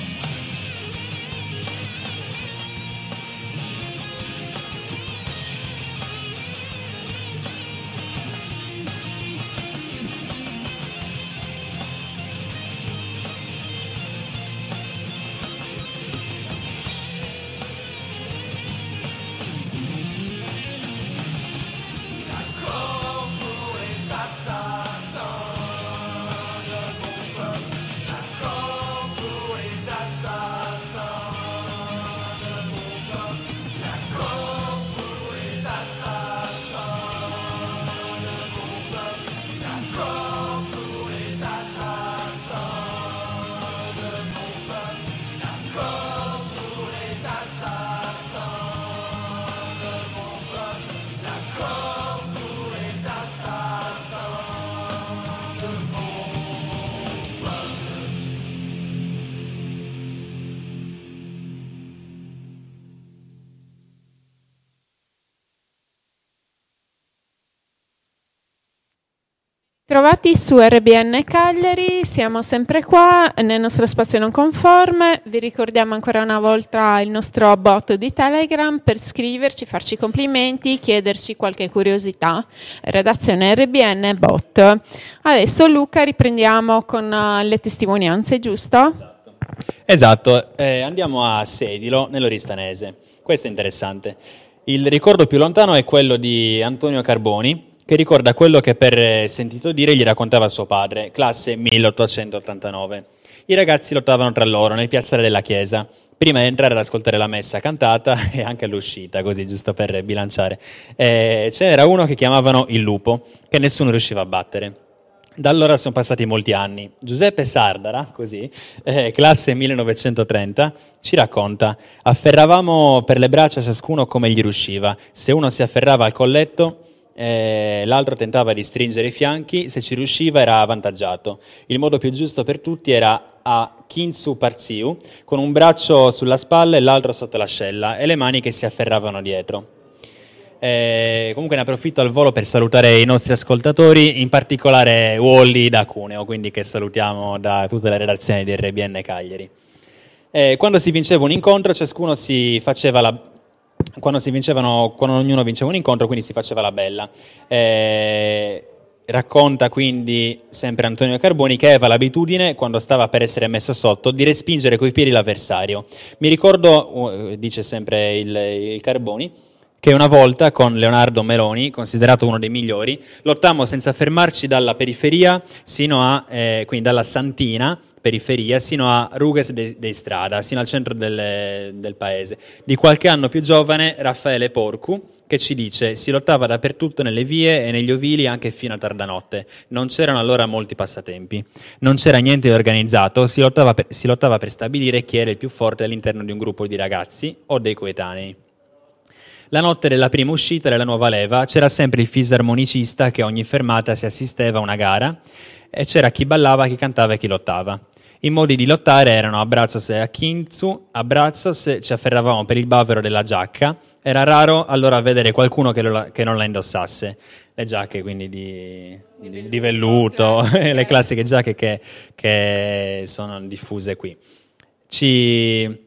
F: D'accord pour les assassins de mon peuple. D'accord pour les assassins de mon peuple. D'accord pour les assassins de mon peuple. D'accord pour les assassins de mon peuple. D'accord pour les assassins de mon peuple. D'accord pour les assassins de mon peuple.
D: Trovati su R B N Cagliari, siamo sempre qua nel nostro spazio non conforme. Vi ricordiamo ancora una volta il nostro bot di Telegram per scriverci, farci complimenti, chiederci qualche curiosità. Redazione R B N bot. Adesso Luca riprendiamo con uh, le testimonianze, giusto?
E: Esatto, eh, andiamo a Sedilo, nell'Oristanese. Questo è interessante. Il ricordo più lontano è quello di Antonio Carboni, che ricorda quello che per sentito dire gli raccontava suo padre, classe milleottocentottantanove. I ragazzi lottavano tra loro nel piazzale della chiesa, prima di entrare ad ascoltare la messa cantata e anche all'uscita, così giusto per bilanciare. Eh, c'era uno che chiamavano il lupo, che nessuno riusciva a battere. Da allora sono passati molti anni. Giuseppe Sardara, così, eh, classe millenovecentotrenta, ci racconta: afferravamo per le braccia ciascuno come gli riusciva. Se uno si afferrava al colletto, eh, l'altro tentava di stringere i fianchi, se ci riusciva era avvantaggiato. Il modo più giusto per tutti era a Kinsu Parziu, con un braccio sulla spalla e l'altro sotto l'ascella, e le mani che si afferravano dietro. Eh, comunque ne approfitto al volo per salutare i nostri ascoltatori, in particolare Wally da Cuneo, quindi che salutiamo da tutte le redazioni di R B N Cagliari. Eh, quando si vinceva un incontro, ciascuno si faceva la quando si vincevano quando ognuno vinceva un incontro, quindi si faceva la bella. Eh, racconta quindi sempre Antonio Carboni che aveva l'abitudine, quando stava per essere messo sotto, di respingere coi piedi l'avversario. Mi ricordo, dice sempre il, il Carboni, che una volta con Leonardo Meloni, considerato uno dei migliori, lottammo senza fermarci dalla periferia sino a, eh, quindi dalla Santina, periferia, sino a Ruges de, de Strada, sino al centro del, del paese. Di qualche anno più giovane, Raffaele Porcu, che ci dice: si lottava dappertutto nelle vie e negli ovili anche fino a tarda notte. Non c'erano allora molti passatempi. Non c'era niente di organizzato, si lottava per, si lottava per stabilire chi era il più forte all'interno di un gruppo di ragazzi o dei coetanei. La notte della prima uscita della nuova leva c'era sempre il fisarmonicista che a ogni fermata si assisteva a una gara, e c'era chi ballava, chi cantava e chi lottava. I modi di lottare erano a Brazos e a Kinzu. A Brazos ci afferravamo per il bavero della giacca, era raro allora vedere qualcuno che, lo, che non la indossasse. Le giacche quindi di, di, di velluto, le classiche giacche che, che sono diffuse qui. Ci...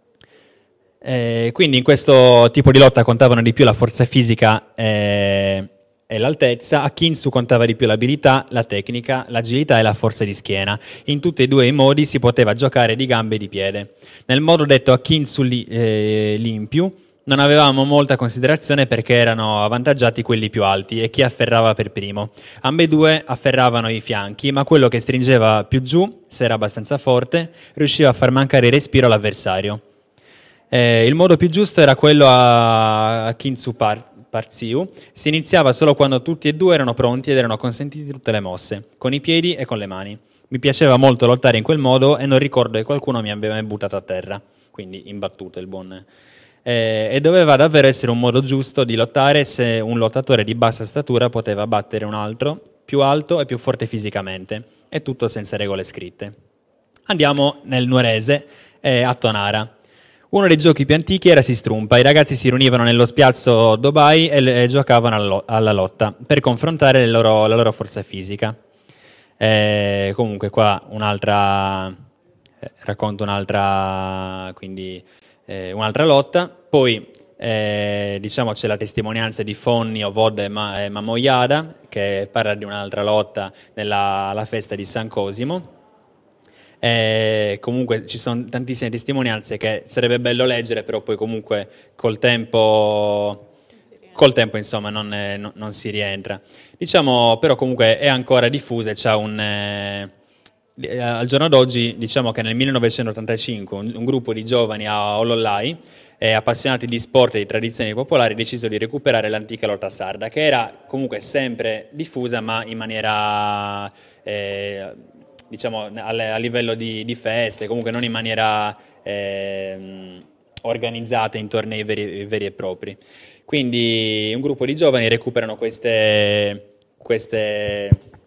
E: Eh, quindi in questo tipo di lotta contavano di più la forza fisica eh, e l'altezza. A Kinsu contava di più l'abilità, la tecnica, l'agilità e la forza di schiena. In tutti e due i modi si poteva giocare di gambe e di piede. Nel modo detto a Kinsu li, eh, limpiu non avevamo molta considerazione perché erano avvantaggiati quelli più alti e chi afferrava per primo. Ambedue afferravano i fianchi, ma quello che stringeva più giù, se era abbastanza forte, riusciva a far mancare il respiro all'avversario. Eh, il modo più giusto era quello a, a Kinsu Par- Parziu. Si iniziava solo quando tutti e due erano pronti ed erano consentite tutte le mosse, con i piedi e con le mani. Mi piaceva molto lottare in quel modo e non ricordo che qualcuno mi abbia mai buttato a terra, quindi imbattuto il buon... Eh, e doveva davvero essere un modo giusto di lottare se un lottatore di bassa statura poteva battere un altro più alto e più forte fisicamente, e tutto senza regole scritte. Andiamo nel nuorese, eh, a Tonara. Uno dei giochi più antichi era Si Strumpa. I ragazzi si riunivano nello spiazzo Dobai e, le, e giocavano alla, alla lotta per confrontare le loro, la loro forza fisica. Eh, comunque qua un'altra, eh, racconto un'altra, quindi eh, un'altra lotta. Poi eh, diciamo c'è la testimonianza di Fonni, Ovod e, Ma, e Mamoiada, che parla di un'altra lotta nella alla festa di San Cosimo. Eh, comunque ci sono tantissime testimonianze che sarebbe bello leggere, però poi comunque col tempo, col tempo insomma non, eh, no, non si rientra. Diciamo, però comunque è ancora diffusa e c'ha un... Eh, al giorno d'oggi diciamo che nel millenovecentottantacinque un, un gruppo di giovani a Olollai, eh, appassionati di sport e di tradizioni popolari, deciso di recuperare l'antica lotta sarda, che era comunque sempre diffusa ma in maniera... Eh, diciamo a livello di, di feste, comunque non in maniera eh, organizzata in tornei veri, veri e propri. Quindi un gruppo di giovani recuperano queste, queste,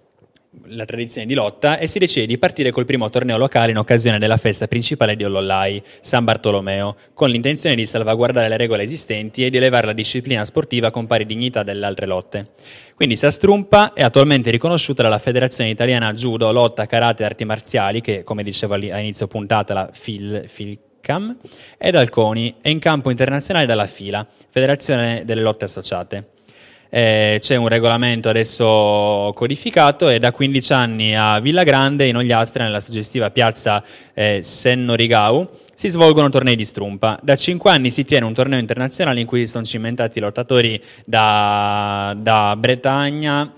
E: la tradizione di lotta e si decide di partire col primo torneo locale in occasione della festa principale di Olollai, San Bartolomeo, con l'intenzione di salvaguardare le regole esistenti e di elevare la disciplina sportiva con pari dignità delle altre lotte. Quindi Si Strumpa è attualmente riconosciuta dalla Federazione Italiana Judo, Lotta, Karate e Arti Marziali, che come dicevo a inizio puntata la FIL, FILCAM, e dal CONI, e in campo internazionale dalla FILA, Federazione delle Lotte Associate. Eh, c'è un regolamento adesso codificato e da quindici anni a Villa Grande, in Ogliastra, nella suggestiva piazza eh, Senno Rigau, si svolgono tornei di strumpa. Da cinque anni si tiene un torneo internazionale in cui sono cimentati lottatori da, da Bretagna,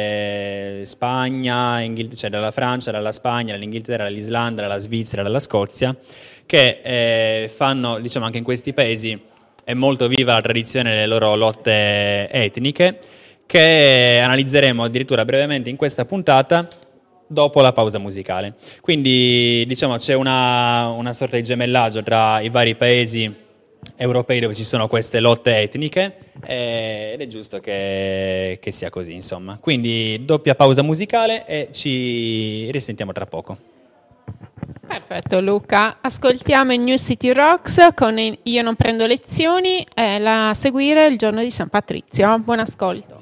E: eh, Spagna, Inghil- cioè dalla Francia, dalla Spagna, dall'Inghilterra, dall'Islanda, dalla Svizzera, dalla Scozia, che eh, fanno, diciamo anche in questi paesi, è molto viva la tradizione delle loro lotte etniche, che analizzeremo addirittura brevemente in questa puntata, dopo la pausa musicale. Quindi diciamo c'è una, una sorta di gemellaggio tra i vari paesi europei dove ci sono queste lotte etniche ed è giusto che, che sia così, insomma. Quindi doppia pausa musicale e ci risentiamo tra poco.
D: Perfetto Luca, ascoltiamo i New City Rocks con Io non prendo lezioni e la a seguire il giorno di San Patrizio. Buon ascolto.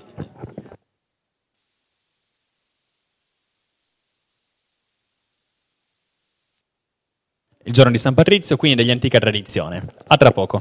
E: Il giorno di San Patrizio, quindi degli antica tradizione. A tra poco.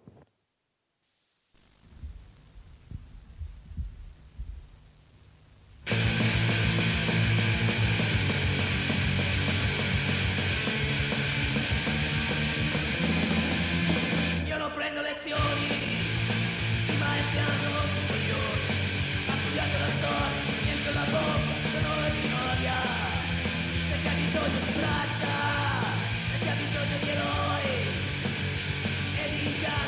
H: Io non prendo lezioni, i maestri hanno rotto i coglioni, ha studiato la storia, niente la bocca, dolore di noia, perché ha bisogno di braccia, perché ha bisogno di eroi e di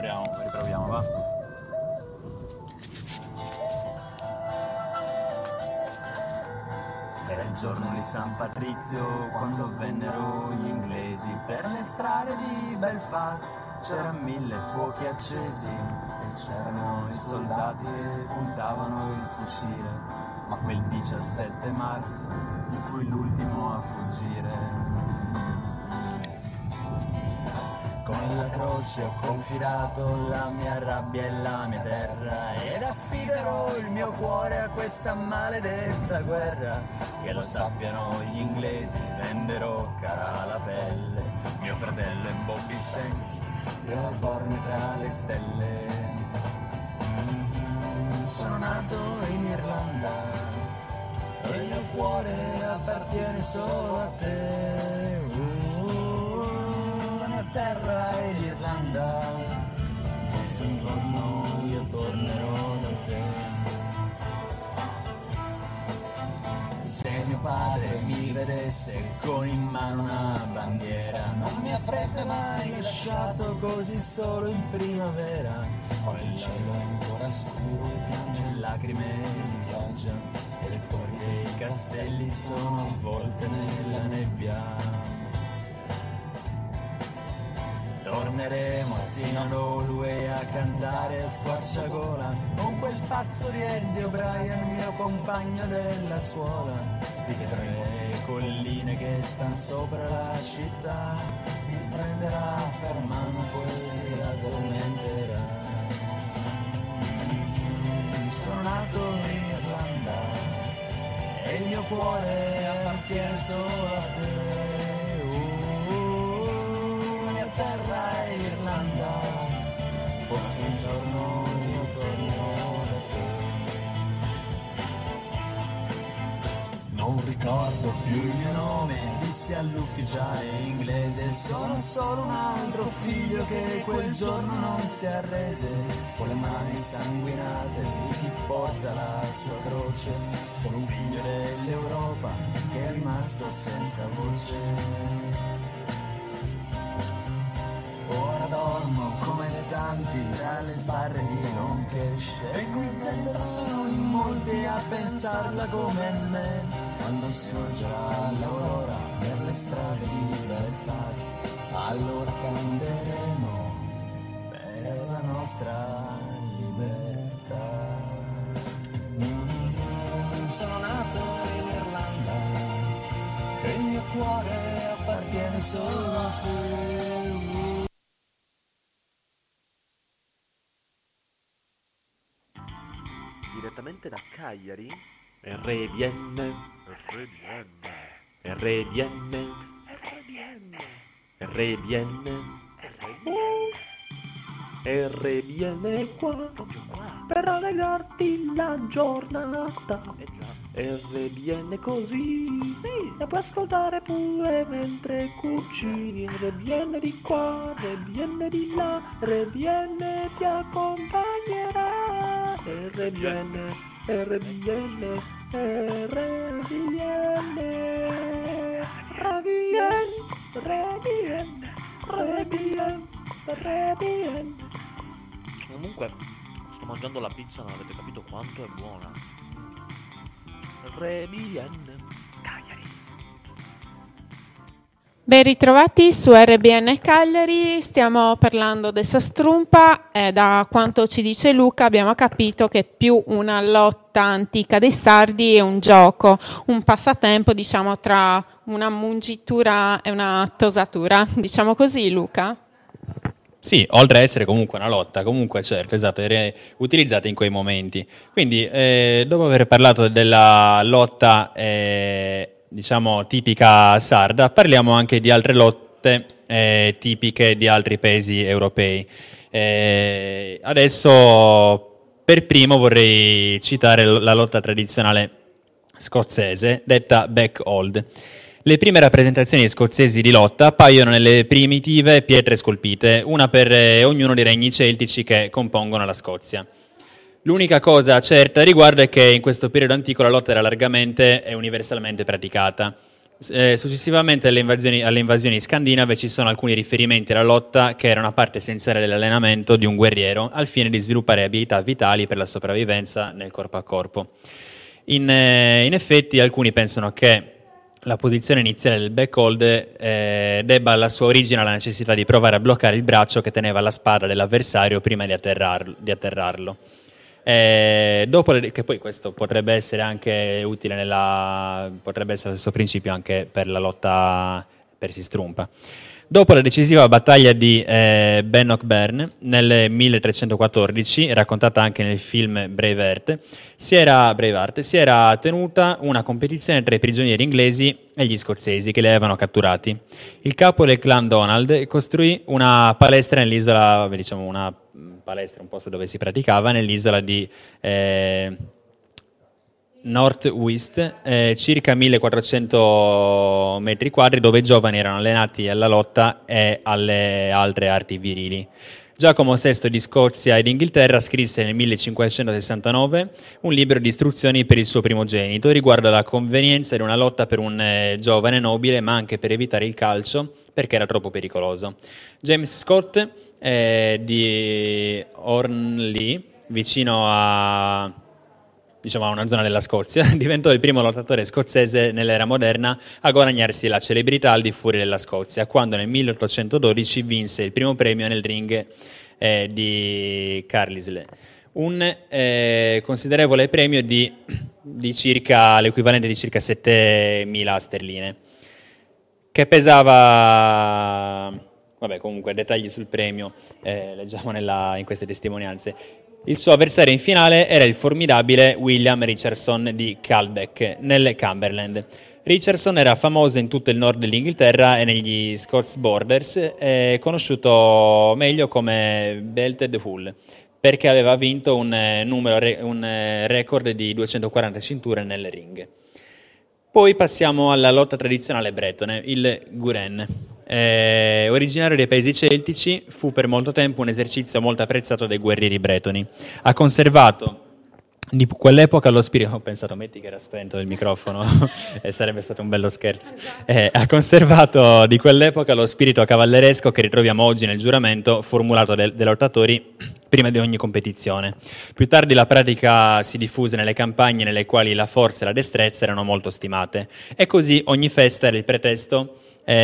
E: riproviamo, riproviamo, va.
I: Era il giorno di San Patrizio quando vennero gli inglesi per le strade di Belfast. C'erano mille fuochi accesi e c'erano i soldati che puntavano il fucile. Ma quel diciassette marzo io fui l'ultimo a fuggire. Con la croce ho confidato la mia rabbia e la mia terra ed affiderò il mio cuore a questa maledetta guerra. Che lo sappiano gli inglesi, renderò cara la pelle. Mio fratello è Bobby Sands, io borne tra le stelle. Sono nato in Irlanda e il mio cuore appartiene solo a te. Terra e l'Irlanda, forse un giorno io tornerò da te. Se mio padre mi vedesse con in mano una bandiera, non mi avrebbe mai lasciato così solo in primavera. Ho il cielo ancora scuro, piange lacrime di pioggia e le torri dei castelli sono avvolte nella nebbia. Torneremo a Sinalolue a cantare a squarciagola con quel pazzo di Eddie O'Brien, mio compagno della scuola. Ti vedremo le colline che stan sopra la città, mi prenderà per mano poi si addormenterà. Sono nato in Irlanda e il mio cuore appartiene solo a te. Terra e Irlanda, forse un giorno io tornerò da te. Non ricordo più il mio nome, dissi all'ufficiale inglese. Sono solo un altro figlio che quel giorno non si arrese. Con le mani sanguinate di chi porta la sua croce. Sono un figlio dell'Europa che è rimasto senza voce. Ora dormo come le tanti tra le sbarre di Longcash e qui dentro sono in molti a pensarla come me. Quando sorgerà l'aurora per le strade di Belfast, allora canteremo per la nostra libertà. Mm, sono nato in Irlanda e il mio cuore appartiene solo a te.
B: Direttamente da Cagliari, R B N, R B N, R B N, R B N, R B N qua, proprio qua,
C: per allegrarti la giornata.
B: R B N così,
C: Sì, e puoi ascoltare pure mentre cucini. R B N di qua, R B N di là, R B N ti accompagnerà. R B N, R B N, R B N, R B N, R B N, R B N, R B N.
B: comunque sto mangiando la pizza, non avete capito quanto è buona. R B N Cagliari.
D: Ben ritrovati su R B N Cagliari, stiamo parlando del Sastrumpa e da quanto ci dice Luca abbiamo capito che è più una lotta antica dei sardi e un gioco, un passatempo diciamo tra una mungitura e una tosatura, diciamo così Luca?
E: Sì, oltre a essere comunque una lotta, comunque certo, esatto, era utilizzata in quei momenti. Quindi, eh, dopo aver parlato della lotta, eh, diciamo, tipica sarda, parliamo anche di altre lotte eh, tipiche di altri paesi europei. Eh, adesso, per primo, vorrei citare la lotta tradizionale scozzese, detta backhold. Le prime rappresentazioni scozzesi di lotta appaiono nelle primitive pietre scolpite, una per eh, ognuno dei regni celtici che compongono la Scozia. L'unica cosa certa a riguardo è che in questo periodo antico la lotta era largamente e universalmente praticata. Eh, successivamente alle invasioni, alle invasioni scandinave ci sono alcuni riferimenti alla lotta che era una parte essenziale dell'allenamento di un guerriero al fine di sviluppare abilità vitali per la sopravvivenza nel corpo a corpo. In, eh, in effetti alcuni pensano che la posizione iniziale del backhold eh, debba alla sua origine alla necessità di provare a bloccare il braccio che teneva la spada dell'avversario prima di atterrarlo. Di atterrarlo. Eh, dopo le, che poi questo potrebbe essere anche utile nella potrebbe essere lo stesso principio anche per la lotta per Sistrumpa. Dopo la decisiva battaglia di eh, Bannockburn nel milletrecentoquattordici, raccontata anche nel film Braveheart, si era, Braveheart, si era tenuta una competizione tra i prigionieri inglesi e gli scozzesi che li avevano catturati. Il capo del clan Donald costruì una palestra nell'isola, diciamo una palestra, un posto dove si praticava, nell'isola di eh, North Uist, eh, circa millequattrocento metri quadri, dove i giovani erano allenati alla lotta e alle altre arti virili. Giacomo sesto di Scozia ed Inghilterra scrisse nel millecinquecentosessantanove un libro di istruzioni per il suo primogenito riguardo alla convenienza di una lotta per un eh, giovane nobile, ma anche per evitare il calcio perché era troppo pericoloso. James Scott eh, di Hornlie, vicino a diciamo a una zona della Scozia, diventò il primo lottatore scozzese nell'era moderna a guadagnarsi la celebrità al di fuori della Scozia, quando nel milleottocentododici vinse il primo premio nel ring eh, di Carlisle, un eh, considerevole premio di, di circa l'equivalente di circa settemila sterline, che pesava, vabbè comunque dettagli sul premio eh, leggiamo nella, in queste testimonianze. Il suo avversario in finale era il formidabile William Richardson di Calbeck, nel Cumberland. Richardson era famoso in tutto il nord dell'Inghilterra e negli Scots Borders, eh, conosciuto meglio come Belted Hull, perché aveva vinto un, eh, numero, re, un eh, record di duecentoquaranta cinture nel ring. Poi passiamo alla lotta tradizionale bretone, il Guren. Eh, originario dei paesi celtici, fu per molto tempo un esercizio molto apprezzato dai guerrieri bretoni. Ha conservato di quell'epoca lo spirito, ho pensato metti che era spento il microfono e sarebbe stato un bello scherzo, eh, ha conservato di quell'epoca lo spirito cavalleresco che ritroviamo oggi nel giuramento formulato dai lottatori prima di ogni competizione. Più tardi la pratica si diffuse nelle campagne nelle quali la forza e la destrezza erano molto stimate, e così ogni festa era il pretesto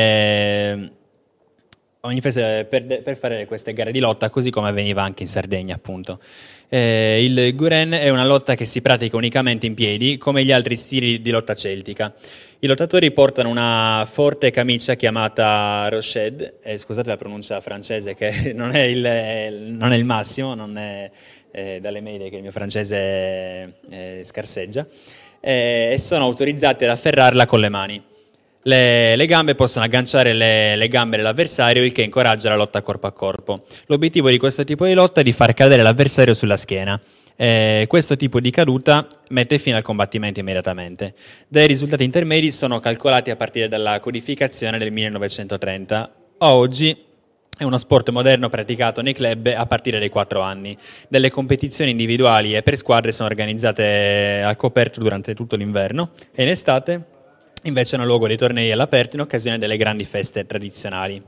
E: eh, ogni festa per, per fare queste gare di lotta, così come avveniva anche in Sardegna appunto. Eh, il Guren è una lotta che si pratica unicamente in piedi, come gli altri stili di lotta celtica. I lottatori portano una forte camicia chiamata roched, eh, scusate la pronuncia francese che non è il, non è il massimo, non è eh, dalle medie che il mio francese eh, scarseggia, eh, e sono autorizzati ad afferrarla con le mani. Le, le gambe possono agganciare le, le gambe dell'avversario, il che incoraggia la lotta corpo a corpo. L'obiettivo di questo tipo di lotta è di far cadere l'avversario sulla schiena. Eh, questo tipo di caduta mette fine al combattimento immediatamente. Dei risultati intermedi sono calcolati a partire dalla codificazione del millenovecentotrenta. Oggi è uno sport moderno praticato nei club a partire dai quattro anni. Delle competizioni individuali e per squadre sono organizzate al coperto durante tutto l'inverno, e in estate invece hanno luogo dei tornei all'aperto in occasione delle grandi feste tradizionali.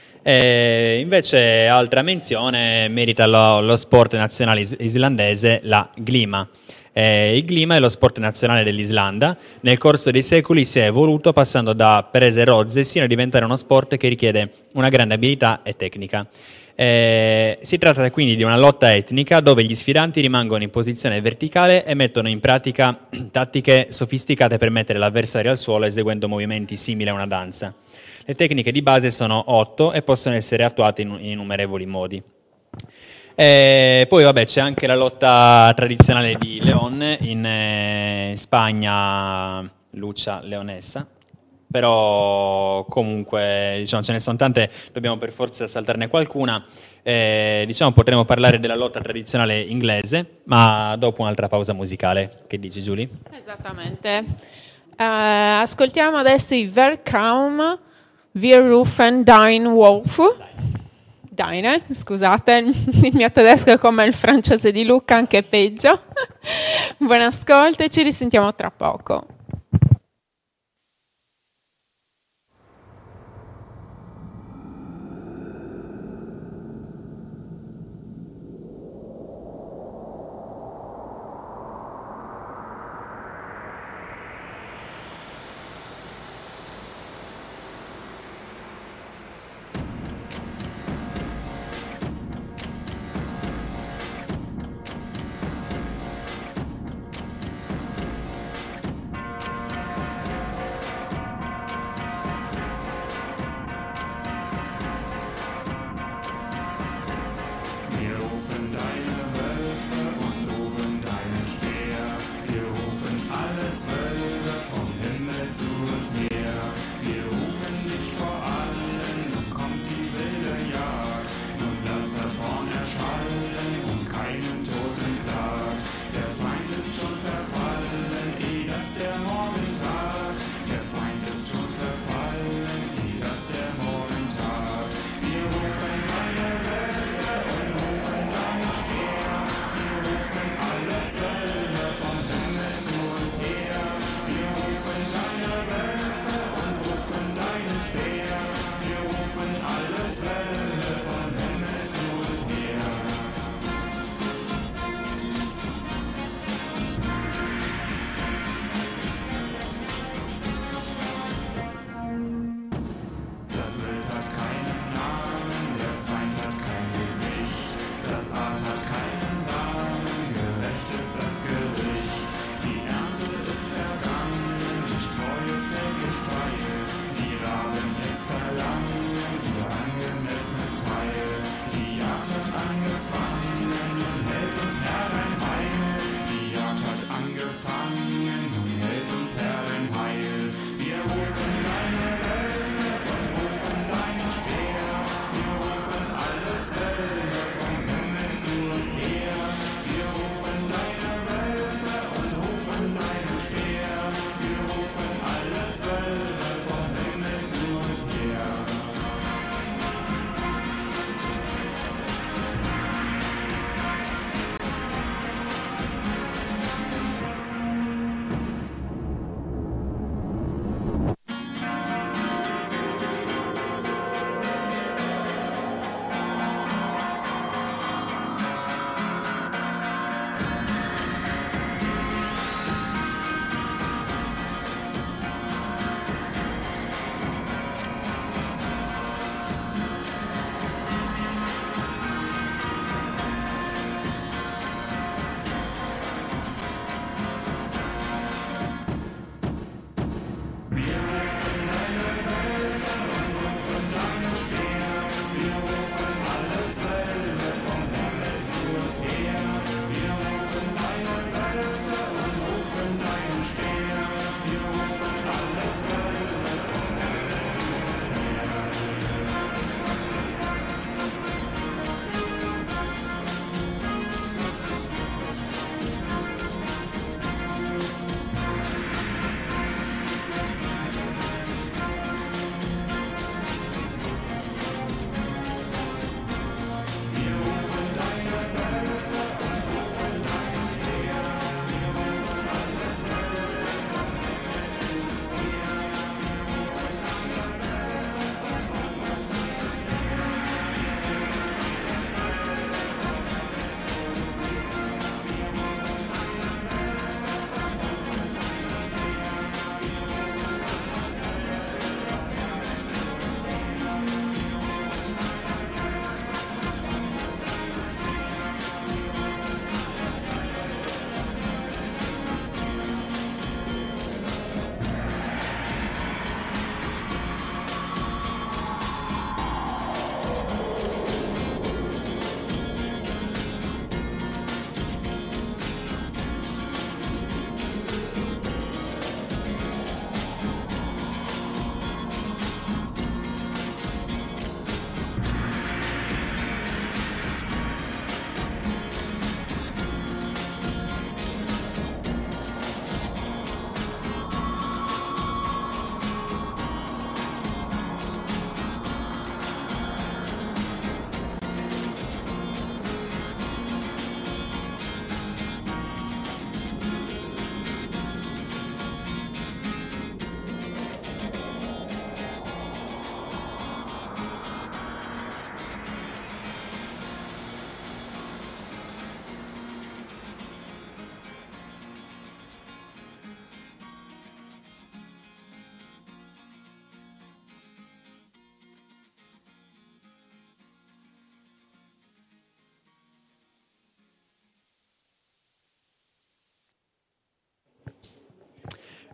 E: E invece altra menzione merita lo, lo sport nazionale is- islandese, la glima. Eh, il glima è lo sport nazionale dell'Islanda. Nel corso dei secoli si è evoluto passando da prese e rozze sino a diventare uno sport che richiede una grande abilità e tecnica. Eh, si tratta quindi di una lotta etnica dove gli sfidanti rimangono in posizione verticale e mettono in pratica tattiche sofisticate per mettere l'avversario al suolo eseguendo movimenti simili a una danza. Le tecniche di base sono otto e possono essere attuate in innumerevoli modi. E poi vabbè c'è anche la lotta tradizionale di León, in eh, Spagna lucha leonessa. Però comunque diciamo ce ne sono tante, dobbiamo per forza saltarne qualcuna. Eh, diciamo potremmo parlare della lotta tradizionale inglese, ma dopo un'altra pausa musicale. Che dici, Giulia?
D: Esattamente. Uh, ascoltiamo adesso i Verkaum, Wir rufen dein Wolf. Deine, scusate, il mio tedesco è come il francese di Luca, anche peggio. Buon ascolto e ci risentiamo tra poco.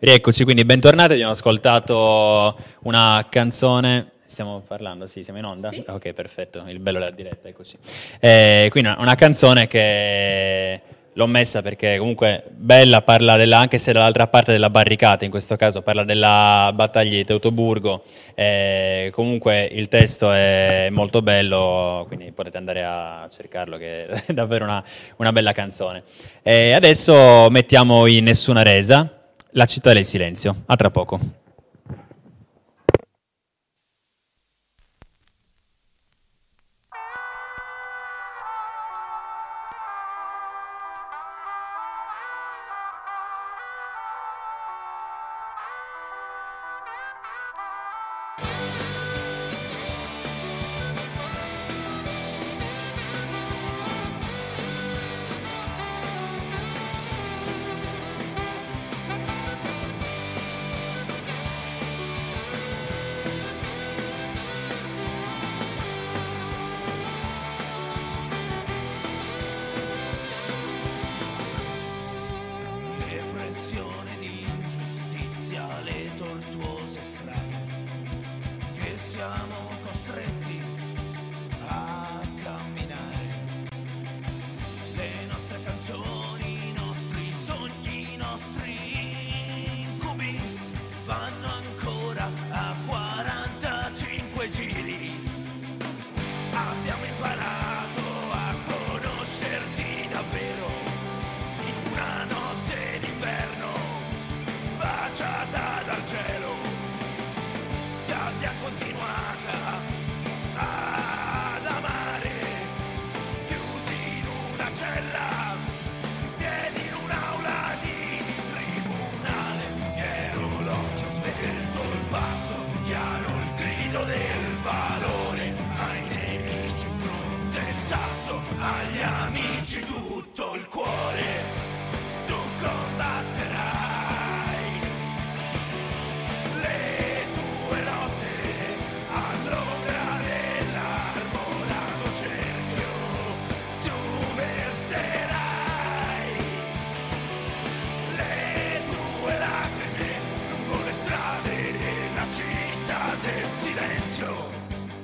E: Rieccoci, quindi bentornati, abbiamo ascoltato una canzone, stiamo parlando, sì, siamo in onda?
D: Sì.
E: Ok, perfetto, il bello della diretta, eccoci. Eh, quindi una, una canzone che l'ho messa perché comunque bella, parla della, anche se dall'altra parte della barricata, in questo caso parla della battaglia di Teutoburgo, eh, comunque il testo è molto bello, quindi potete andare a cercarlo, che è davvero una, una bella canzone. E adesso mettiamo in Nessuna resa La città del silenzio. A tra poco.
I: Repressione di ingiustizia, le tortuose strade che siamo costretti a camminare. Le nostre canzoni, i nostri sogni, i nostri incubi vanno ancora a quarantacinque giri. Abbiamo imparato a conoscerti davvero in una notte d'inverno baciata dal cielo. Ti abbia continuata ad amare, chiusi in una cella, piedi in un'aula di tribunale. Fiero l'occhio svelto, il passo chiaro, il grido del valore, ai nemici in fronte il sasso, agli amici tutto il cuore. Tu combatterai le tue lotte all'ombra dell'arborato cerchio. Tu verserai le tue lacrime lungo le strade della città del silenzio.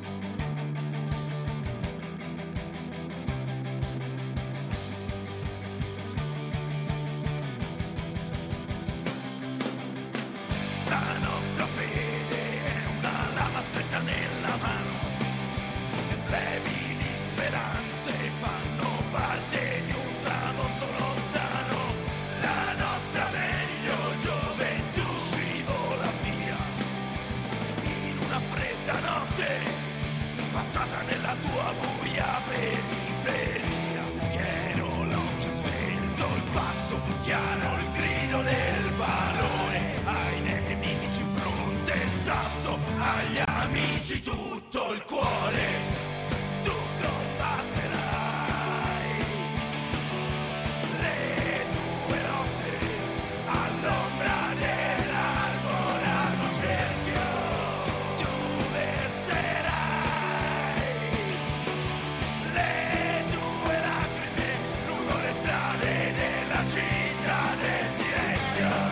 I: La nostra fede è una lama stretta nella mano, le flebili speranze fanno parte di un tramonto lontano. La nostra meglio gioventù scivola via in una fredda notte passata nella tua buia periferia. Fiero l'occhio svelto, il passo chiaro, il grido del valore, ai nemici in fronte il sasso, agli amici tutto il cuore. Tu combatterai le tue lotte all'ombra dell'arborato cerchio. Tu verserai le tue lacrime lungo le strade della città del silenzio.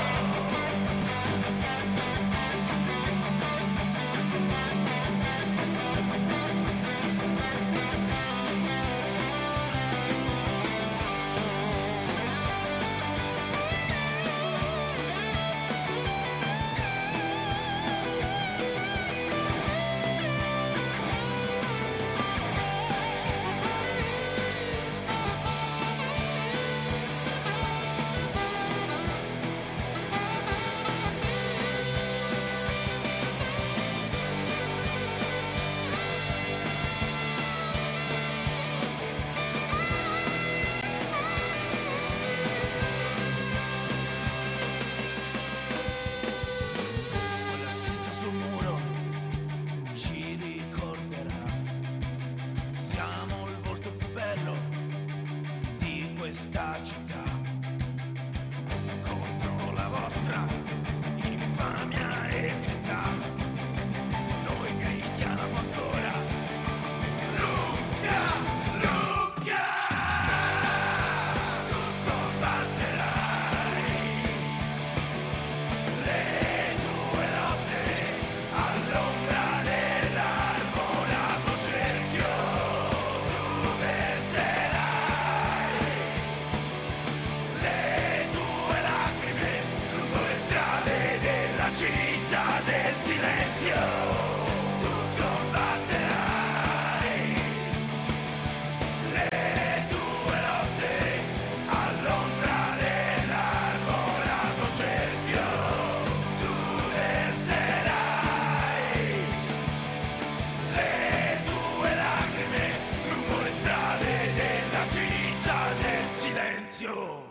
F: Silenzio!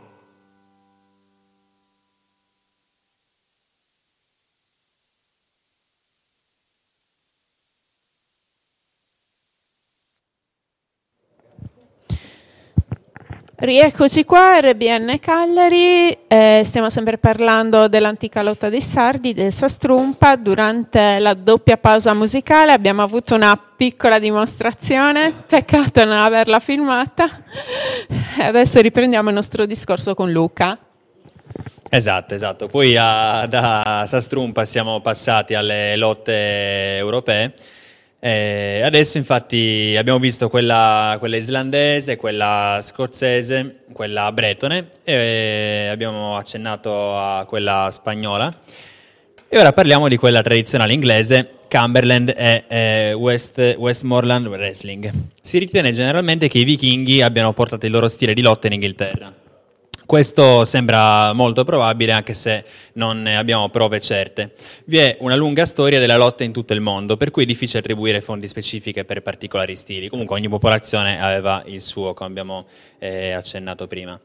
D: Rieccoci qua, R B N Cagliari, eh, stiamo sempre parlando dell'antica lotta dei Sardi, del Sastrumpa. Durante la doppia pausa musicale abbiamo avuto una piccola dimostrazione, peccato non averla filmata. Adesso riprendiamo il nostro discorso con Luca.
E: Esatto, esatto. Poi a, da Sastrumpa siamo passati alle lotte europee. Eh, adesso infatti abbiamo visto quella, quella islandese, quella scozzese, quella bretone e abbiamo accennato a quella spagnola e ora parliamo di quella tradizionale inglese, Cumberland e eh, West, Westmoreland Wrestling. Si ritiene generalmente che i vichinghi abbiano portato il loro stile di lotta in Inghilterra. Questo sembra molto probabile, anche se non ne abbiamo prove certe. Vi è una lunga storia della lotta in tutto il mondo, per cui è difficile attribuire fonti specifiche per particolari stili. Comunque ogni popolazione aveva il suo, come abbiamo eh, accennato prima.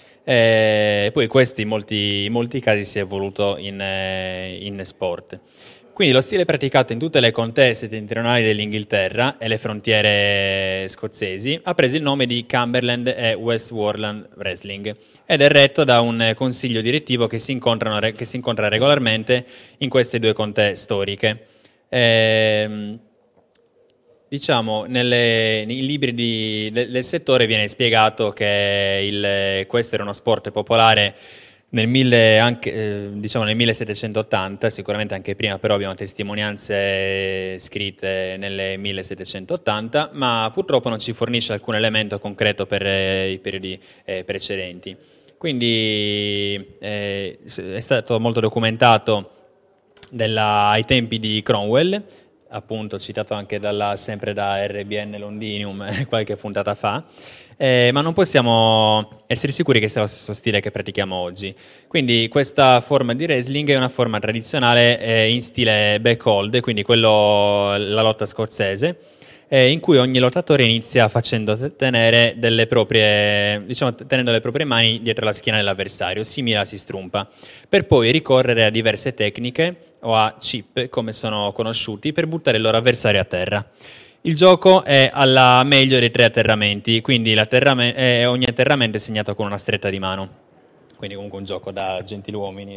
E: E poi questo in molti, in molti casi si è evoluto in, eh, in sport. Quindi lo stile praticato in tutte le contee settentrionali dell'Inghilterra e le frontiere scozzesi ha preso il nome di Cumberland e Westmoreland Wrestling ed è retto da un consiglio direttivo che si, incontrano, che si incontra regolarmente in queste due contee storiche. Ehm, diciamo, nelle, nei libri di, del, del settore viene spiegato che il, questo era uno sport popolare Nel, mille, anche, eh, diciamo nel millesettecentottanta, sicuramente anche prima, però abbiamo testimonianze scritte nel millesettecentottanta, ma purtroppo non ci fornisce alcun elemento concreto per eh, i periodi eh, precedenti. Quindi eh, è stato molto documentato della, ai tempi di Cromwell, appunto citato anche dalla, sempre da R B N Londinium qualche puntata fa. Eh, ma non possiamo essere sicuri che sia lo stesso stile che pratichiamo oggi. Quindi questa forma di wrestling è una forma tradizionale eh, in stile backhold, quindi quello, la lotta scozzese, eh, in cui ogni lottatore inizia facendo tenere delle proprie, diciamo, tenendo le proprie mani dietro la schiena dell'avversario, simile a si strumpa, per poi ricorrere a diverse tecniche o a chip, come sono conosciuti, per buttare il loro avversario a terra. Il gioco è alla meglio dei tre atterramenti, quindi eh, ogni atterramento è segnato con una stretta di mano, quindi comunque un gioco da gentiluomini.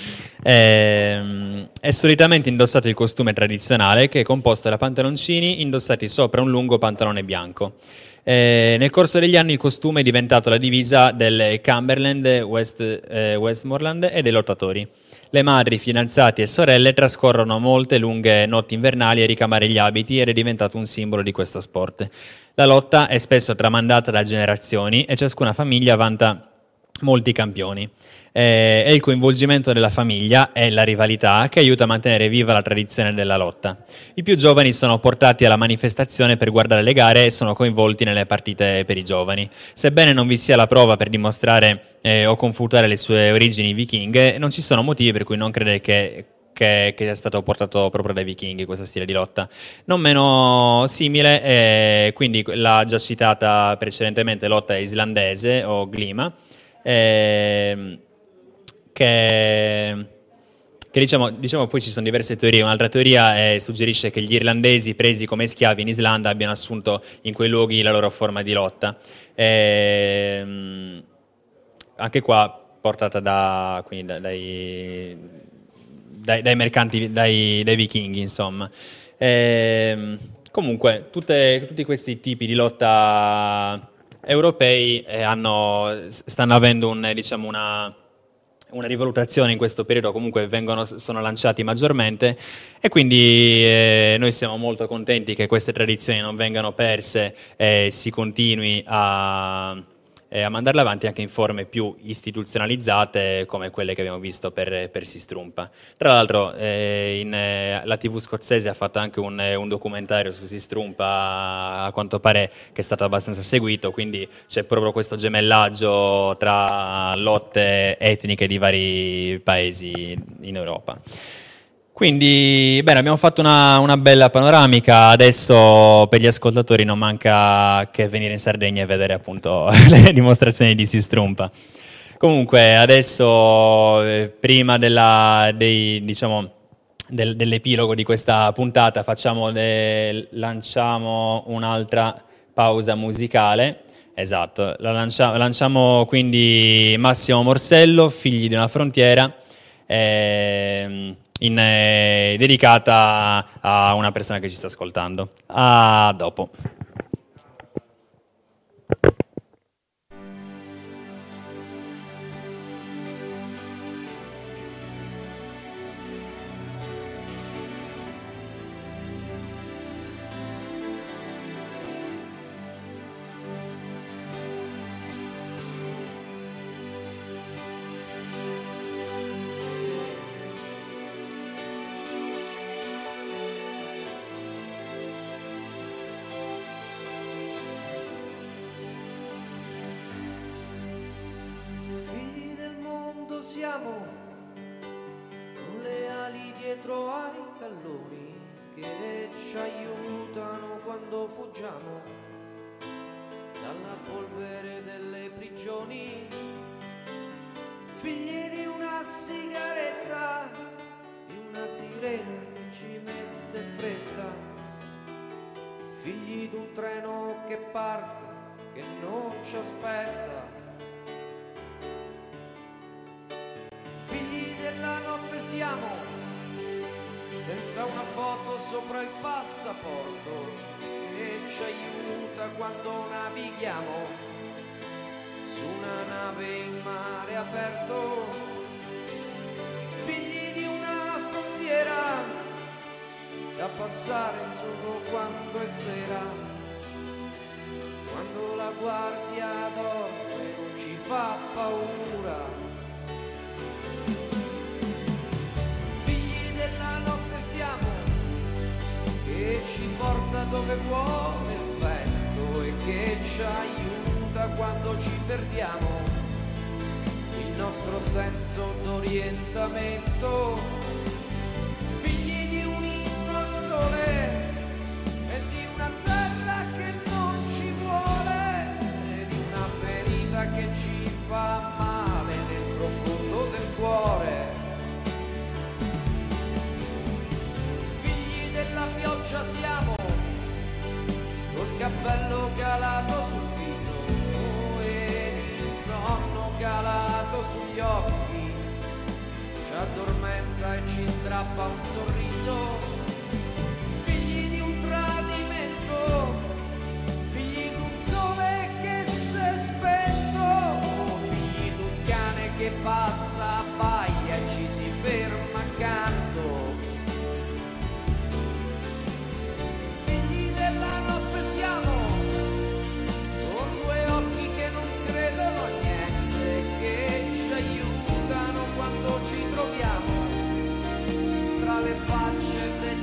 E: è, è solitamente indossato il costume tradizionale, che è composto da pantaloncini indossati sopra un lungo pantalone bianco. Eh, nel corso degli anni il costume è diventato la divisa del Cumberland, West, eh, Westmoreland e dei lottatori. Le madri, fidanzati e sorelle trascorrono molte lunghe notti invernali a ricamare gli abiti ed è diventato un simbolo di questo sport. La lotta è spesso tramandata da generazioni e ciascuna famiglia vanta molti campioni. Eh, è il coinvolgimento della famiglia e la rivalità che aiuta a mantenere viva la tradizione della lotta. I più giovani sono portati alla manifestazione per guardare le gare e sono coinvolti nelle partite per i giovani. Sebbene non vi sia la prova per dimostrare eh, o confutare le sue origini vichinghe, non ci sono motivi per cui non credere che Che, che è stato portato proprio dai vichinghi questo stile di lotta. Non meno simile è quindi la già citata precedentemente lotta islandese o glima, eh, che, che diciamo, diciamo poi ci sono diverse teorie. Un'altra teoria è, suggerisce che gli irlandesi presi come schiavi in Islanda abbiano assunto in quei luoghi la loro forma di lotta. Eh, anche qua portata da, quindi da, dai Dai, dai mercanti, dai, dai vichinghi, insomma. E, comunque, tutte, tutti questi tipi di lotta europei eh, hanno, stanno avendo un, diciamo una, una rivalutazione in questo periodo, comunque vengono, sono lanciati maggiormente e quindi eh, noi siamo molto contenti che queste tradizioni non vengano perse e si continui a... a mandarle avanti anche in forme più istituzionalizzate come quelle che abbiamo visto per, per Si Strumpa. Tra l'altro eh, in, eh, la tivù scozzese ha fatto anche un, un documentario su Si Strumpa, a quanto pare che è stato abbastanza seguito, quindi c'è proprio questo gemellaggio tra lotte etniche di vari paesi in Europa. Quindi, bene, abbiamo fatto una, una bella panoramica, adesso per gli ascoltatori non manca che venire in Sardegna e vedere appunto le dimostrazioni di Sistrumpa. Comunque, adesso, eh, prima della, dei, diciamo, del, dell'epilogo di questa puntata, facciamo de, lanciamo un'altra pausa musicale. Esatto, la lancia, lanciamo quindi Massimo Morsello, Figli di una frontiera, eh, in, eh, dedicata a una persona che ci sta ascoltando. A dopo.
F: Siamo con le ali dietro ai talloni che ci aiutano quando fuggiamo dalla polvere delle prigioni, figli di una sigaretta, di una sirena che ci mette fretta, figli di un treno che parte, che non ci aspetta. Figli della notte siamo, senza una foto sopra il passaporto che ci aiuta quando navighiamo su una nave in mare aperto. Figli di una frontiera da passare solo quando è sera, quando la guardia dorme non ci fa paura. Della notte siamo, che ci porta dove vuole il vento e che ci aiuta quando ci perdiamo il nostro senso d'orientamento. Figli di un inno al sole e di una terra che non ci vuole e di una ferita che ci fa male nel profondo del cuore. La pioggia siamo, col cappello calato sul viso e il sonno calato sugli occhi, ci addormenta e ci strappa un sorriso. Figli di un tradimento, figli di un sole che si è spento, figli di un cane che passa, abbaia e ci si ferma accanto. Della notte siamo, con due occhi che non credono a niente, che ci aiutano quando ci troviamo tra le facce degli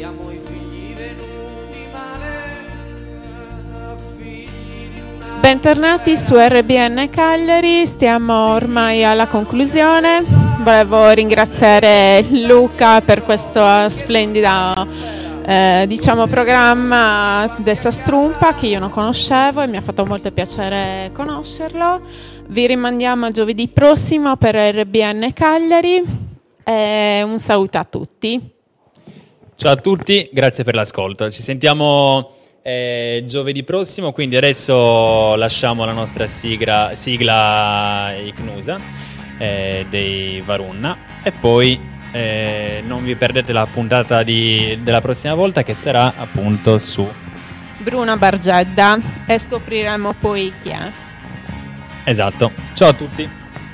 J: Siamo i figli venuti male, figli di una...
D: Bentornati su R B N Cagliari, stiamo ormai alla conclusione. Volevo ringraziare Luca per questo splendido eh, diciamo programma dessa strumpa che io non conoscevo e mi ha fatto molto piacere conoscerlo. Vi rimandiamo a giovedì prossimo per R B N Cagliari e un saluto a tutti.
E: Ciao a tutti, grazie per l'ascolto. Ci sentiamo eh, giovedì prossimo, quindi adesso lasciamo la nostra sigla, sigla Icnusa eh, dei Varunna e poi eh, non vi perdete la puntata di, della prossima volta che sarà appunto su
D: Bruno Bargedda e scopriremo poi chi è.
E: Esatto, ciao a tutti.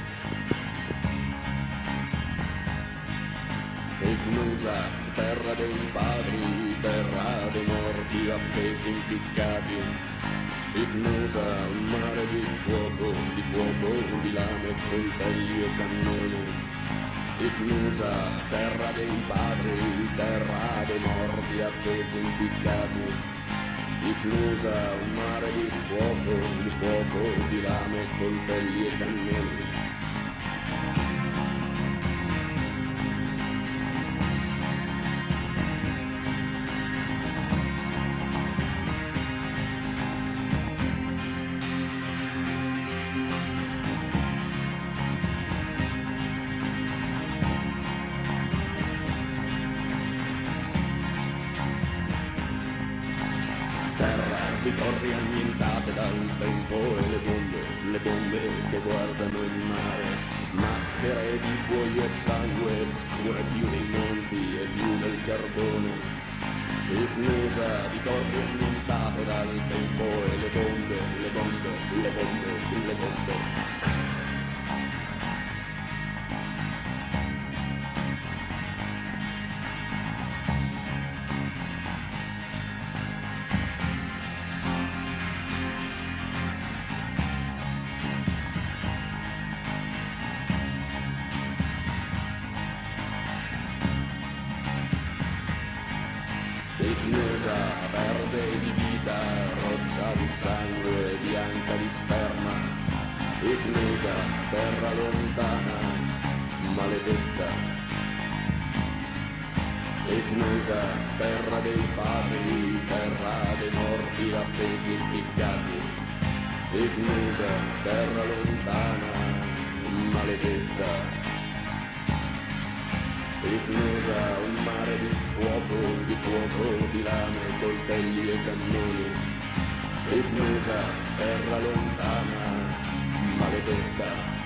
K: Icnusa, terra dei padri, terra dei morti appesi impiccati. Icnusa, mare di fuoco, di fuoco, di lame, coltelli e cannoni. Icnusa, terra dei padri, terra dei morti appesi impiccati. Icnusa, un mare di fuoco, di fuoco, di lame, coltelli e cannoni. Di torri annientate dal tempo e le bombe, le bombe che guardano il mare, maschere di cuoio e sangue, scure più dei monti e più del carbone. Icnusa, di torri annientate dal tempo e le bombe, le bombe, le bombe, le bombe. Icnusa, verde di vita, rossa di sangue, bianca di sperma. Icnusa, terra lontana, maledetta. Icnusa, terra dei padri, terra dei morti appesi impiccati. Icnusa, terra lontana, maledetta. Icnusa, un mare di fuoco, di fuoco, di lame, coltelli e cannoni. Icnusa, terra lontana, maledetta.